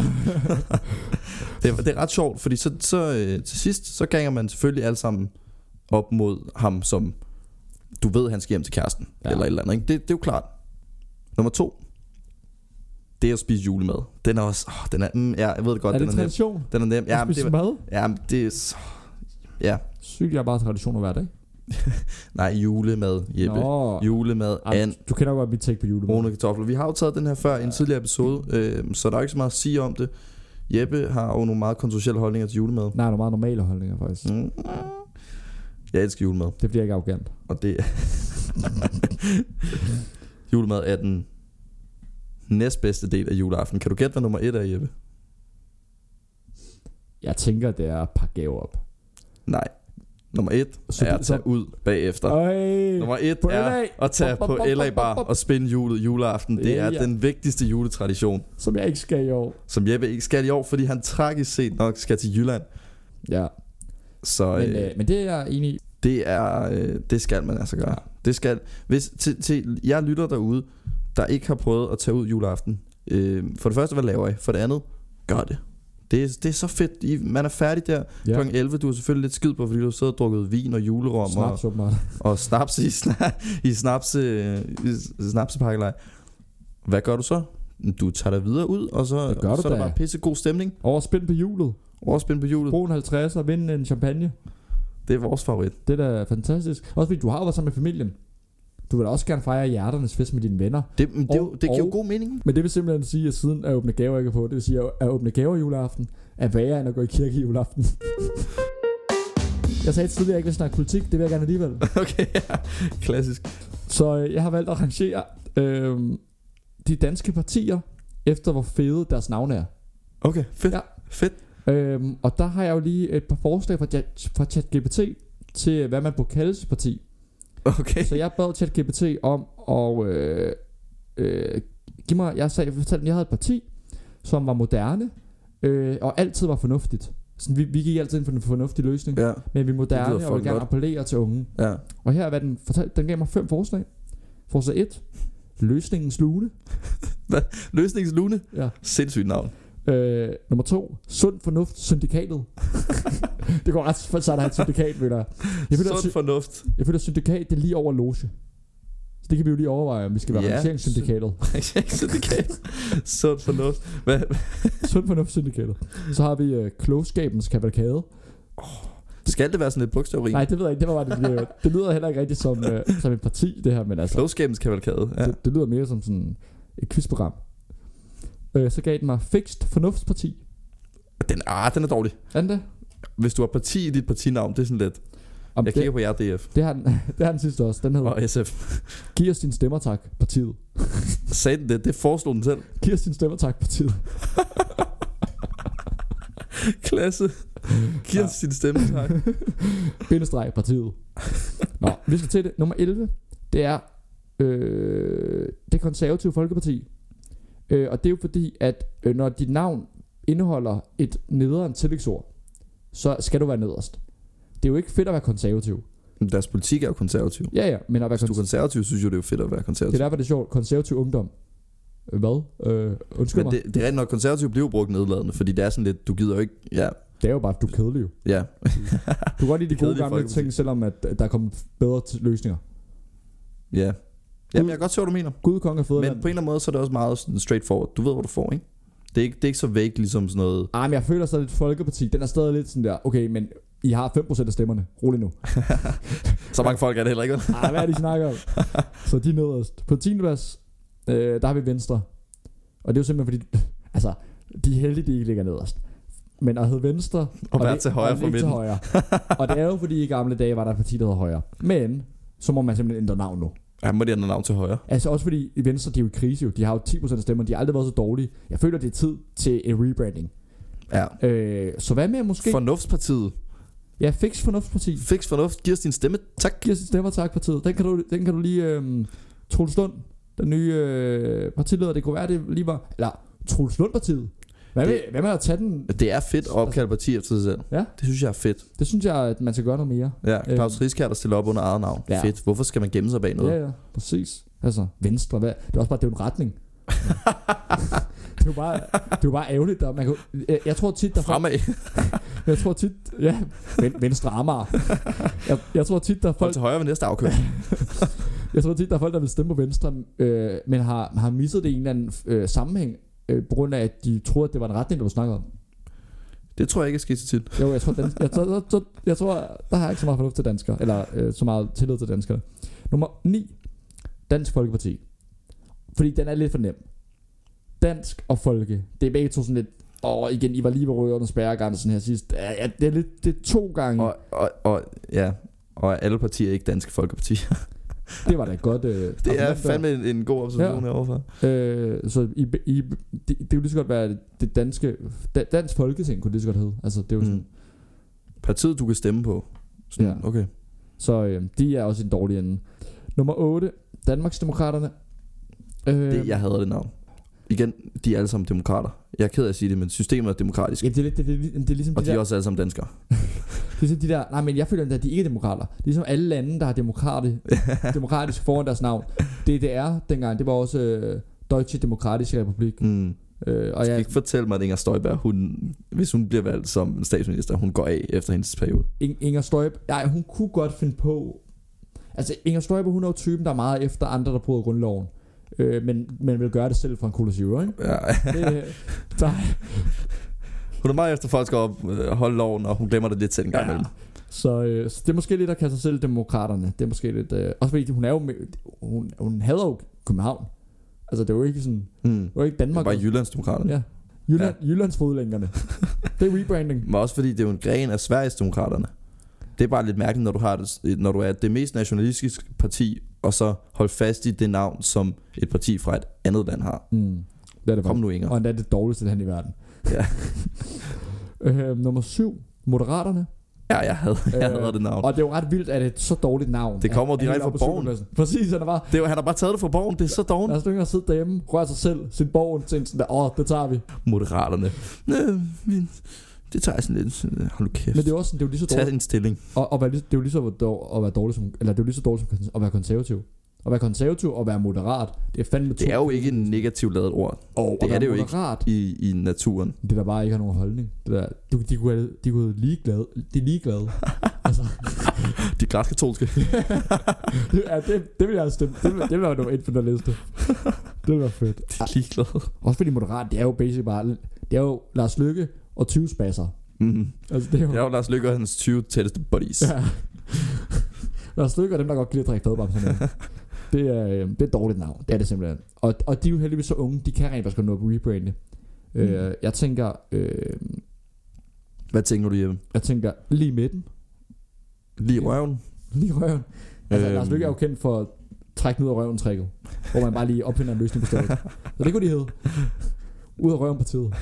det, er, det er ret sjovt, fordi så, så øh, til sidst, så ganger man selvfølgelig alle sammen op mod ham, som du ved, han skal hjem til kæresten, ja. Eller et eller andet, ikke? Det, det er jo klart. Nummer to, det er at spise julemad. Den er også, åh, den er, mm, ja, jeg ved det godt. Er det den tradition? Er nem. Den er nem. Ja, men det, mad? Ja, men det er så, ja. Sygt, jeg har bare traditioner hver dag. Nej, julemad, Jeppe. Nå. Julemad, and du kender godt mit take på julemad. Brune kartofler. Vi har jo taget den her før i en tidligere episode, øh, så der er ikke så meget at sige om det. Jeppe har jo nogle meget kontroversielle holdninger til julemad. Nej, nogle meget normale holdninger faktisk. Mm. Jeg elsker julemad. Det bliver ikke arrogant. Og det julemad er den næstbedste del af juleaften. Kan du gætte, hvad nummer et er, Jeppe? Jeg tænker, det er at pakke gaver op. Nej. Nummer et så er at tage så... ud bagefter. Øj, Nummer et er at tage på L A Bar og spinde julet juleaften. Det er ja. den vigtigste juletradition, som jeg ikke skal i år. Som Jeppe ikke skal i år, fordi han tragisk set nok skal til Jylland. Ja. Så, men, øh, men det er jeg enig i. Det er øh, det skal man altså gøre. Ja. Det skal hvis til, til jeg lytter derude, der ikke har prøvet at tage ud juleaften. Øh, for det første, hvad laver I? For det andet, gør det. Det er, det er så fedt. I, man er færdig der Ja. klokken elleve. Du er selvfølgelig lidt skid på, fordi du har siddet og drukket vin og julerom Snaps, og, åbenbart. og snaps i, sna- i snapse, i snapsepakkelej. Hvad gør du så? Du tager dig videre ud, og så, Det gør du så er der da. bare pisse god stemning. Overspind på hjulet. Overspænd på hjulet. Brug en halvtreds og vinde en champagne. Det er vores favorit. Det er da fantastisk. Også fordi du har jo været sammen med familien. Du vil da også gerne fejre hjerternes fest med dine venner. Det, det, det, Og- det giver jo og- god mening. Men det vil simpelthen sige, at siden at åbne gaver ikke er på, det vil sige, at at åbne gaver juleaften er værre end at gå i kirke juleaften. Jeg sagde tidligere, at jeg ikke vil snakke politik. Det vil jeg gerne alligevel. Okay, ja. Klassisk. Så øh, jeg har valgt at rangere øh, de danske partier efter hvor fede deres navne er. Okay, fedt. Ja. Fedt. Øhm, og der har jeg jo lige et par forslag fra, Chat- fra ChatGPT til, hvad man burde kalde sit parti. Okay. Så jeg bad ChatGPT om at øh, øh, give mig, jeg sagde, jeg fortalte, at jeg havde et parti, som var moderne, øh, og altid var fornuftigt. Sådan, vi, vi gik altid ind for en fornuftig løsning, Ja, men vi er Det moderne lyder og vil fucking gerne godt. appellere til unge. ja. Og her er hvad den fortalte, den gav mig fem forslag. Forslag et, løsningens lune. Løsningens Lune. Ja. Sindssygt navn. Øh, nummer to, sund fornuft syndikatet. Det går ret så er der et syndikat, føler jeg. Jeg føler, Sund at, fornuft. jeg føler, at syndikat det er lige over loge. Så det kan vi jo lige overveje, om vi skal være Ja, ja, rangeringssyndikatet. Syndikat. Sund fornuft. Hvad? Sund fornuft syndikatet. Så har vi øh, klogskabens kavalkade. Skal det være sådan lidt bogstaveri? Nej, det ved jeg ikke. Det, var bare, det, det, det lyder heller ikke rigtigt som, øh, som et parti, det her, men altså, Klogskabens kavalkade. Ja. det, det lyder mere som sådan et quizprogram. Øh, så gav den mig Fikst Fornuftsparti. Den, ah, den er dårlig. Er den det? Hvis du har parti i dit partinavn, det er sådan lidt. Om Jeg det, kigger på jer, D F det, har den, det har den sidste også. Den hedder og S F. Giv os dine stemmer, tak, partiet. Sagde den det? Det foreslog den selv. Giv os dine stemmer, tak, partiet. Klasse. Giv os sin stemme, tak. Bindestreg partiet. Nå, vi skal til det. Nummer elleve. Det er øh, det konservative Folkeparti. øh, Og det er jo fordi at øh, når dit navn indeholder et nederen tillægsord, så skal du være nederst. Det er jo ikke fedt at være konservativ. Men deres politik er jo konservativ. Ja ja, men at være Hvis du er konservativ, konservativ, synes jeg, det er jo fedt at være det konservativ. er derfor det er sjovt. Konservativ ungdom. Øh, Hvad? Øh, undskyld Men mig. det, det er rent nok, konservativ bliver jo brugt nedladende, fordi det er sådan lidt, du gider jo ikke. Ja, Det er jo bare, at du er kedelig jo. ja. Du kan godt lide de gode Kedelige gamle Folkeparti. ting, selvom at der er kommet bedre t- løsninger. Ja. Jamen, jeg kan godt se, hvad du mener. Gud, konge og Men fædreland. på en eller anden måde, så er det også meget sådan straightforward. Du ved, hvad du får, ikke? Det er ikke, det er ikke så vague, ligesom sådan noget. Ah, men jeg føler stadig lidt Folkeparti. Den er stadig lidt sådan der, okay, men I har fem procent af stemmerne. Rolig nu. Så mange folk er det heller ikke. Ah, hvad er det, I snakker om? Så de er nederst. På tiende plads, øh, der har vi Venstre. Og det er jo simpelthen fordi, altså, de er heldige, de ikke ligger nederst. Men at hedde Venstre Og være det- til højre og for ikke til midten. højre. Og det er jo fordi i gamle dage var der et parti, der hed Højre. Men så må man simpelthen ændre navn nu. Ja, må de have navn til højre. Altså også fordi i Venstre, de er jo i krise jo. De har jo ti procent af stemmerne. De har aldrig været så dårlige. Jeg føler, det er tid til en rebranding. Ja. Øh, så hvad med måske... Fornuftspartiet. Ja, Fix Fornuftsparti. Fix fornuft. Giv os din stemme. Tak. Giv os din stemmer, tak, partiet. Den kan du, den kan du lige... Øh, Troels Lund, den nye øh, partileder, det kunne være, det lige var... Eller Troels Lund-partiet. Hvad med, Det- hvad med at tage den? Det er fedt at opkalde parti efter sig selv. Ja. Det synes jeg er fedt. Det synes jeg, at man skal gøre noget mere. Ja, Claus Rieskær, der stiller op under eget navn. Ja. Fedt. Hvorfor skal man gemme sig bag noget? Ja, ja, præcis. Altså, Venstre, hvad? Det er også bare, det er jo en retning. det er jo bare, det er jo bare ærgerligt. Der, man kan, jeg, jeg tror tit, der Fremad. Jeg tror tit, ja, ven, Venstre Amager. Jeg, jeg tror tit, der er Folk folk, til højre ved næste afkøb. jeg tror tit, der er folk, der vil stemme på Venstre, øh, men har, har misset det i en eller anden øh, sammenhæng, øh, på grund af, at de troede, at det var en retning, der var snakket om. Det tror jeg ikke er sket så tit. Jo, jeg tror, den, jeg, tror, jeg, tror, jeg tror, der har jeg ikke så meget fornuft til danskere, eller øh, så meget tillid til danskere. Nummer ni. Dansk Folkeparti. Fordi den er lidt for nem. Dansk og Folke. Det er begge to sådan lidt, åh, igen, I var lige ved røven spærregrænsen her sidst. Ja, det er lidt, det er to gange. Og, og, og, ja. Og alle partier er ikke danske folkeparti. Det var da godt. Øh, Det er fandme en, en god observation Ja. heroverfra. Øh, så I, I, det, det kunne lige så godt være det danske da, Dansk Folketing kunne det lige så godt hedde. Altså det er jo sådan. Mm. Partiet du kan stemme på. Sådan, Ja. okay. Så øh, de er også en dårlig ende. Nummer otte. Danmarksdemokraterne. Øh, Det, jeg hader det navn. Igen, de er alle sammen demokrater. Jeg er ked af at sige det, men systemet er demokratisk. Ja, det er, lidt, det, det, det, det er ligesom Og de de er der, også alle sammen danskere. det er ligesom de der. Nej, men jeg føler at de ikke er demokrater. Det er ligesom alle lande der har demokrati, demokratisk foran deres navn. D D R dengang, det var også øh, Deutsche Demokratische Republik. Mm. Øh, og Jeg skal jeg, ikke fortælle mig, at Inger Støjberg, hun, hvis hun bliver valgt som statsminister, hun går af efter hendes periode. Inger Støjberg, nej, hun kunne godt finde på. Altså Inger Støjberg, hun er jo typen, der er meget efter andre, der bryder grundloven. Øh, men, men vil gøre det selv fra en kolosiv, ikke? Ja. Det, der, Hun er meget efter, folk skal op, øh, holde loven, og hun glemmer det lidt selv en gang imellem. Så, øh, så det er måske lidt at kalde sig selv demokraterne. Det er måske lidt øh, også fordi hun er jo med, hun, hun hader jo København. Altså det er jo ikke sådan, Mm. det er jo ikke Danmark. Det er bare Jyllandsdemokraterne. Ja. Jylland, ja. Jyllands fodlænkerne. Det er rebranding. Men også fordi det er jo en gren af Sverigesdemokraterne. Det er bare lidt mærkeligt, når du har det, når du er det mest nationalistiske parti, og så hold fast i det navn, som et parti fra et andet land har. Mm. Det er det Kom nu, Inger. Og endda det dårligste land i verden. Ja. øh, nummer syv, Moderaterne. Ja, jeg havde, jeg Øh, havde det navn. Og det er jo ret vildt, at det er et så dårligt navn. Det kommer at- at direkte helt fra op på Borgen. syvendepladsen. Præcis, han er bare Det er, jo- han har bare taget det fra Borgen. Det er så doven. der er sådan at sidde derhjemme, røre sig selv, sin borgen, til sådan der, åh, det tager vi. Moderaterne. Øh, men det tager jeg sådan lidt. sådan, øh, Hold nu kæft. Men det er jo også sådan, det er jo lige så Tag dårligt. en stilling. Og, og være, lige- det er jo lige så dår- at være dårlig som, eller det er jo lige så dårligt som at være konservativ. At være konservativ og være moderat, det er fandme to. Det er jo ikke en negativt lavet ord Og det er det jo ikke. moderat, i, i naturen. det der bare ikke har nogen holdning. Det der, de, de, kunne, de kunne ligeglade. De er ligeglade. altså, De græskatolske. det, ja, det, det vil jeg stemme. Det vil, det vil være nummer et på den liste. Det vil være fedt. De er ligeglade. Også fordi moderat, det er jo basic bare, det er jo Lars Løkke og tyve spasser. Mm. Altså det er jo, Det er jo Lars Løkke og hans tyve tætteste buddies. ja. Lars Løkke og dem, der godt kan lide at drikke fadbamser. Det er, øh, det er et dårligt navn. Det er det simpelthen. Og, og de er jo heldigvis så unge, de kan rent faktisk nå at rebrande. Mm. Øh, jeg tænker, øh, Hvad tænker du, Jeppe? jeg tænker lige i midten. Lige i røven? Lige i røven. Altså Øhm. Lars Løkke er jo kendt for at trække den ud af røven tricket, hvor man bare lige opfinder en løsning på stedet. Så det kunne de hedde. Ud af røven partiet.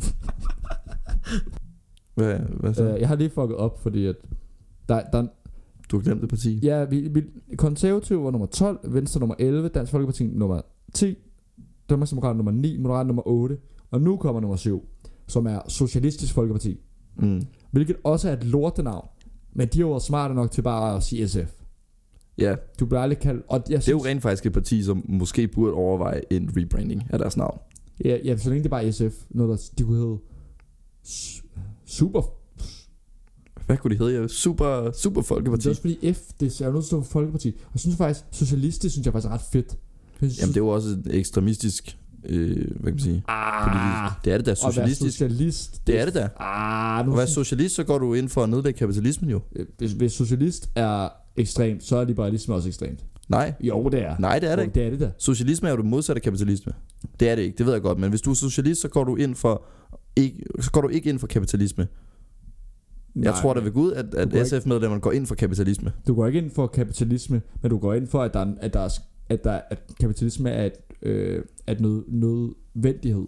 Hvad, hvad så? Øh, jeg har lige fucket op, fordi at der, der, Du har glemt det parti. ja, vi, vi, konservativ var nummer tolv, Venstre nummer elleve, Dansk Folkeparti nummer ti, Danmarksdemokraterne nummer ni, Moderat nummer otte, og nu kommer nummer syv, som er Socialistisk Folkeparti. Mm. Hvilket også er et lortenavn, men de har jo været smarte nok til bare at sige S F. Ja, Du bliver aldrig kaldt, og jeg det er jo synes, rent faktisk et parti, som måske burde overveje en rebranding af deres navn. ja, ja, så længe det bare er S F, noget der, de kunne hedde S- Super. Hvad kunne de hedde? Jeppe? Super, super Det Folkeparti. er også fordi F, det er jo nødt til at stå for Folkeparti. Og jeg synes faktisk, socialistisk synes jeg faktisk er ret fedt. Jeg synes, Jamen det er jo også et ekstremistisk, øh, hvad kan man sige? ah, Det er det da, at være socialistisk. socialist. Det er det da. Ah, At nu være synes, socialist, så går du ind for at nedlægge kapitalismen jo. hvis, hvis socialist er ekstremt, så er liberalisme også ekstremt. Nej, Jo, det er. nej det er det Jo, ikke. det er det der. Socialisme er jo det modsatte af kapitalisme. Det er det ikke, det ved jeg godt. Men hvis du er socialist, så går du ind for ikke, så går du ikke ind for kapitalisme. Jeg Nej, tror da ved Gud, at, Du går at S F-medlemmerne går ind for kapitalisme. Du går ikke ind for kapitalisme, men du går ind for, at der, er- at der, er, at der at kapitalisme er et, øh, at noget, nødvendighed.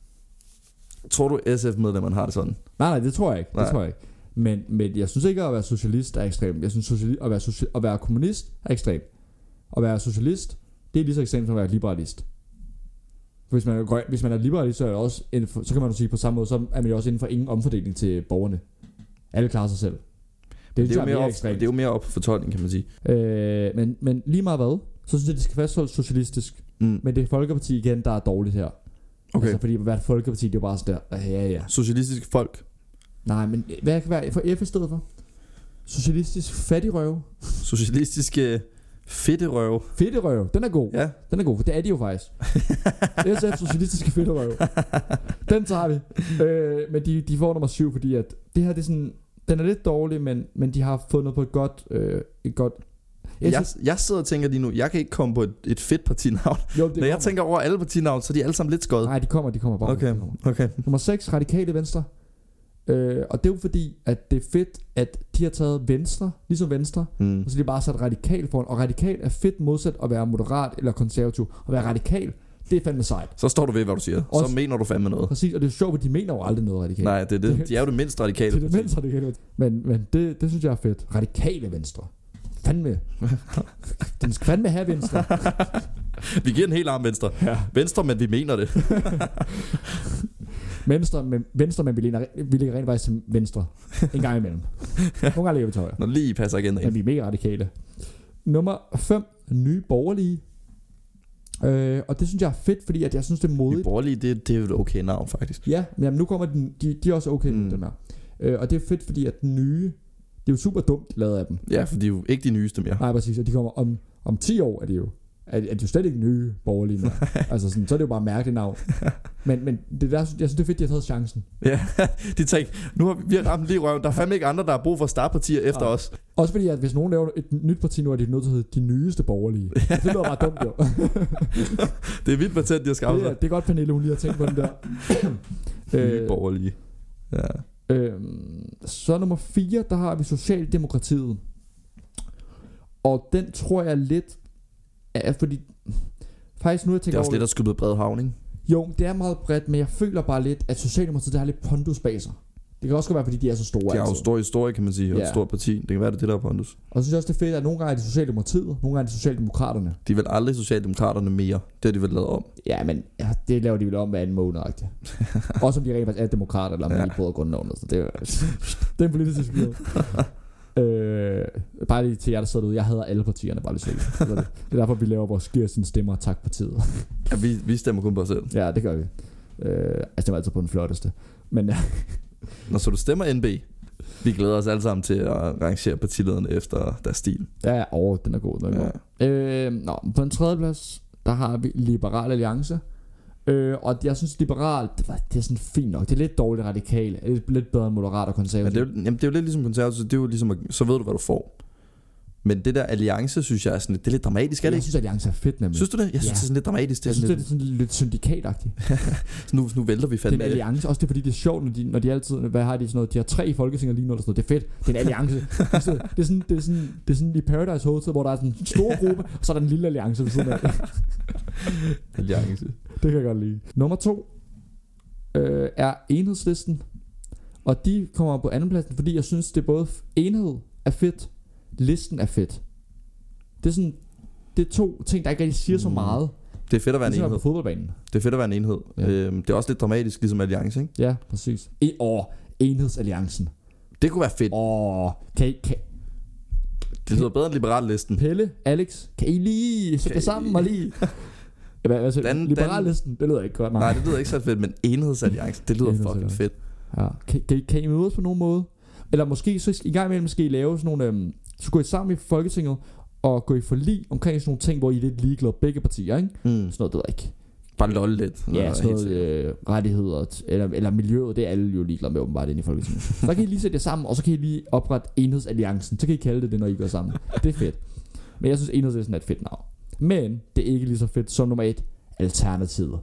Tror du, S F-medlemmerne har det sådan? Nej, nej, det tror jeg ikke. Nej. Det tror jeg ikke. Men, men jeg synes ikke, at være socialist er ekstremt. Jeg synes, sociali- at, være soci- at være kommunist er ekstremt. At være socialist, det er lige så ekstremt som at være liberalist. For hvis man, går, hvis man er liberalist, så, er det også inden for, så kan man jo sige på samme måde, så er man jo også inden for ingen omfordeling til borgerne. Alle klarer sig selv. Det, Det er, jo mere mere op, ekstremt. det er jo mere op for fortolkning, kan man sige. Øh, men, men lige meget hvad, så synes jeg, det skal fastholdes socialistisk. Mm. Men det er Folkeparti igen, der er dårligt her. Okay. Altså, fordi hvert Folkeparti, det er jo bare sådan der, ja ja. Socialistiske folk. Nej, men hvad kan være for F i stedet for? Socialistisk fattigrøv. Socialistiske fedterøve. Fedterøv, den er god. Ja. Den er god, for det er de jo faktisk. S F, socialistiske fedterøv. Den tager vi. Øh, men de, de får nummer syv, fordi at det her, det er sådan, den er lidt dårlig, men, men de har fundet på et godt, øh, et godt. Jeg, jeg sidder og tænker lige nu, jeg kan ikke komme på et, et fedt partinavn. Jo, det Når jeg tænker over alle partinavn, så er de alle sammen lidt skøjet. Nej, de kommer, de kommer bare. Okay, De kommer. okay. Nummer seks, Radikale Venstre. Øh, og det er jo fordi, at det er fedt, at de har taget Venstre, ligesom Venstre, Mm. og så er de bare sat radikal foran. Og radikal er fedt modsat at være moderat eller konservativ. At være radikal, det er fandme sejt. Så står du ved, hvad du siger. Også- Så mener du fandme noget. Præcis, og det er sjovt, at de mener jo aldrig noget radikalt. Nej, det er det. De er jo det mindst radikale. Det er det mindst radikale. Men, men det, det synes jeg er fedt. Radikale Venstre. Fandme. Den skal fandme have Venstre. Vi giver en helt arm venstre. Ja. Venstre, men vi mener det. Venstre, men, venstre, men vi ligger, vi ligger rent faktisk til venstre. En gang imellem. Nogle gange ligger vi til højre. Når lige passer agendaen. Men vi er mega radikale. Nummer fem, Nye Borgerlige. Øh, og det synes jeg er fedt, fordi at jeg synes det er modigt. Nye Borgerlige, det, det er jo et okay navn faktisk. Ja, men jamen, nu kommer den, de, de er også okay, mm. den her. Øh, og det er fedt, fordi at den nye, det er jo super dumt lavet af dem. Ja, for de er jo ikke de nyeste mere. Nej, præcis, og de kommer om, om ti år, er de jo. Er, er de jo slet ikke nye borgerlige nu. Altså sådan, så er det jo bare mærkeligt navn. Men, men det der, jeg synes det er fedt, de har taget chancen. Ja, de tænkte, nu har vi, vi har ramt lige røven. Der er fandme ikke andre, der har brug for startpartier efter ja. os. Også fordi, at hvis nogen laver et nyt parti nu, er de nødt til at hedde de nyeste borgerlige. Ja. Det lyder bare dumt, jo. Det er vildt patent, de har skabt sig. Det, det er godt, Pernille, hun lige har tænkt på den der. Nye borgerlige. Ja. Øhm, så nummer fire, der har vi Socialdemokratiet. Og den tror jeg lidt er, fordi faktisk nu jeg tænker det er også lidt at skyde bred havning. Jo, det er meget bredt, men jeg føler bare lidt, at Socialdemokratiet der har lidt pondus bag sig. Det kan også godt være, fordi de er så store. De har jo stor historie, kan man sige, og ja. et stort parti. Det kan være, det er det, der er pondus. Og så synes jeg også, det er fedt, at nogle gange er det Socialdemokratiet, nogle gange er det Socialdemokraterne. De er vel aldrig Socialdemokraterne mere. Det har de vel lavet om. Ja, men ja, det laver de vel om hver anden måned. Også om de rent faktisk er demokrater, eller om ja. de prøver grundloven. Så det er, det er en politisk diskussion. Øh, bare lige til jer der sidder derude, jeg hader alle partierne, bare lige så det. Det er derfor vi laver vores giver sine stemmer. Tak partiet. Ja, vi, vi stemmer kun på os selv. Ja, det gør vi. øh, Jeg stemmer altid på den flotteste. Men ja. Når så du stemmer N B. Vi glæder os alle sammen til at rangere partilederne efter deres stil. Ja, ja, åh, den er god, den er ja. god. Øh, nå, på en tredje plads, der har vi Liberal Alliance. Øh, og jeg synes liberalt det, var, det er sådan fint nok. Det er lidt dårligt radikale. Det er lidt bedre end moderat og konservativ. Ja, det, er jo, jamen, det er jo lidt ligesom konservativ. Det er jo ligesom at, så ved du hvad du får. Men det der alliance synes jeg er sådan lidt, det er lidt dramatisk, er det? Jeg synes alliance er fedt nemlig. Synes du det? Jeg synes ja. det er sådan lidt dramatisk. Det jeg synes lidt... det er sådan lidt syndikatagtigt. nu, nu vælter vi fandme. Det er en alliance, også det er fordi det er sjovt, når de, når de altid, hvad har de sådan noget, de har tre i Folketinget lige nu, eller sådan noget. Det er fedt, det er en alliance. det, er sådan, det, er sådan, det, er sådan, det er sådan i Paradise Hotel, hvor der er sådan en stor gruppe, og så er der en lille alliance ved siden af. Alliance. Det kan jeg godt lide. Nummer to øh, er Enhedslisten. Og de kommer på andenpladsen, fordi jeg synes det er både enhed er fedt, listen er fedt. Det er sådan, det er to ting der ikke rigtig siger så meget. Det er fedt at være en enhed på fodboldbanen. Det er fedt at være en enhed. Ja. øhm, Det er også lidt dramatisk ligesom alliance, ikke? Ja, præcis. E- åh, enhedsalliancen. Det kunne være fedt. Åh, kan I, kan, det lyder bedre end liberallisten. Pelle, Alex, kan I lige sætte det sammen og lige altså, den, liberallisten, det lyder ikke godt. Nej, nej det lyder ikke så fedt. Men enhedsalliance, det lyder fucking fedt. Ja. Kan, kan, I, kan I mødes på nogen måde? Eller måske så i gang imellem skal I lave sådan nogle øhm, så gå I sammen i Folketinget og gå i forlig omkring sådan nogle ting, hvor I er lidt ligeglade begge partier, ikke? Mm. Sådan noget, det ved jeg ikke. Bare lol lidt. Ja, sådan noget øh, rettigheder eller, eller miljøet, det er alle jo ligeglade med åbenbart inde i Folketinget. Så kan I lige sætte jer sammen, og så kan I lige oprette Enhedsalliancen. Så kan I kalde det det, når I går sammen. Det er fedt. Men jeg synes Enhedsalliancen er et fedt navn. Men det er ikke lige så fedt som nummer et, Alternativet.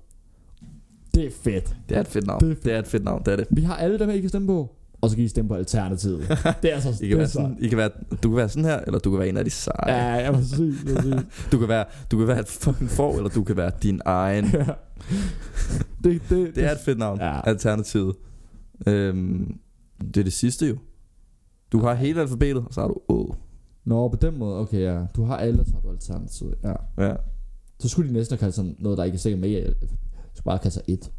Det er fedt. Det er et fedt navn. Det er, fedt. Det er et fedt navn, det er det. Vi har alle dem, I kan stemme på. Og så kan I stemme på Alternativet. Det er så I kan være sådan, I kan være, du kan være sådan her, eller du kan være en af de seje. Ja, jeg må sige, jeg sige. Du kan være, du kan være et fucking får, eller du kan være din egen. Ja. det, det, det er et fedt navn. Ja. Alternativet. Øhm, det er det sidste jo. Du har hele alfabetet, og så har du Å. Nå, på den måde, okay, ja. Du har alle, så har du Alternativet. Ja. Ja. Så skulle de næsten kalde sådan noget, der ikke er sikkert med. Så bare kalde sig et.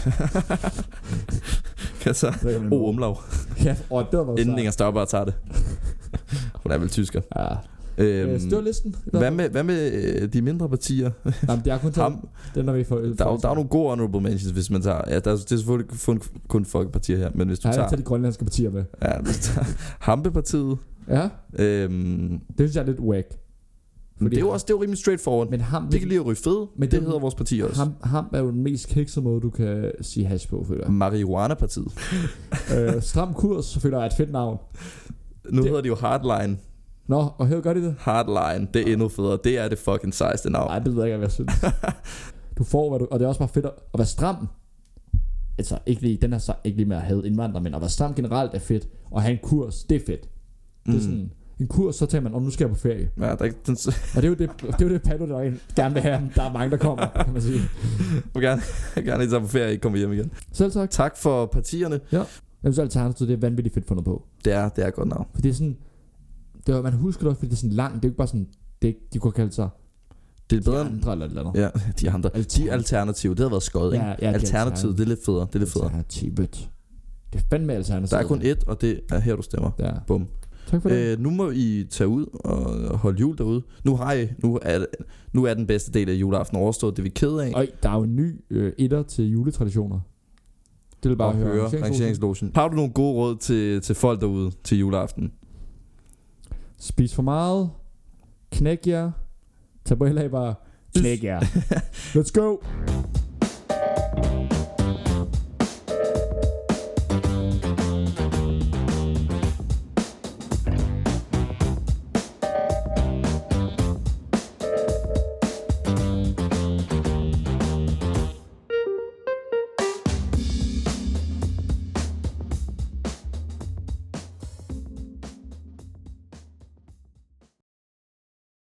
Altså O umlaug. Ja, og det var inden Inger Støjberg tager det. Hun er vel tysker. Ja. Øhm, det var listen. Hvad med, hvad med de mindre partier? Jamen, det er kun Ham, den, når vi får, der, er, der er nogle gode honorable mentions, hvis man tager. Ja, der er, det er selvfølgelig kun, kun folkepartier her, men hvis du ja, tager. Jeg tager de grønlandske partier med. Ja, hvis du tager Hampepartiet. Ja. Øhm, det synes jeg er lidt whack. Men det er jo også det er jo rimelig straightforward. Men ham, det kan lige at ryge fed. Men det, det hedder vores parti også. Ham, ham er jo den mest kiksede måde du kan sige hash på, føler jeg. Marihuana-partiet. øh, Stram Kurs, så føler jeg er et fedt navn. Nu det... hedder det jo Hardline. Nå, og her gør de det. Hardline, det er endnu federe. Det er det fucking sejeste navn. Nej, det ved jeg ikke, hvad jeg synes. Du får hvad du, og det er også bare fedt at være stram. Altså ikke lige den er så ikke lige med at have indvandrere, men at være stram generelt er fedt. Og have en kurs, det er fedt. Det er mm. sådan en kurs, så tager man, og nu skal jeg på ferie. Ja, der er ikke, den... Og det er jo det, det, er jo det Palo, der gerne vil have. Der er mange, der kommer, kan man sige. Jeg gerne, jeg gerne ikke tage på ferie og ikke komme hjem igen. Selv tak. Tak for partierne. Ja. Jeg synes Alternativet, det er vanvittigt fedt fundet på. Det er, det er godt navn. For det er sådan, det er, man husker det også, fordi det er sådan langt. Det er jo ikke bare sådan, det er, de kunne kalde sig det er bedre de andre eller, eller noget. Ja, de andre. De alternative, det har været skøjet, ikke? Ja, ja, alternativet, det er lidt federe. Det er lidt federe. Alternativet. Det er fandme alternativet. Der er kun ét, og det er her, du stemmer. Ja. Bum. Tak for det. Øh, nu må I tage ud og holde jul derude. Nu har I, nu er, nu er den bedste del af juleaften overstået. Det er vi ked af. Øj, der er jo en ny øh, etter til juletraditioner. Det vil bare Og høre. høre rangeringslogen. Har du nogle gode råd til, til folk derude til juleaften? Spis for meget. Knæk jer. Tag på heller bare. Knæk jer. Let's go.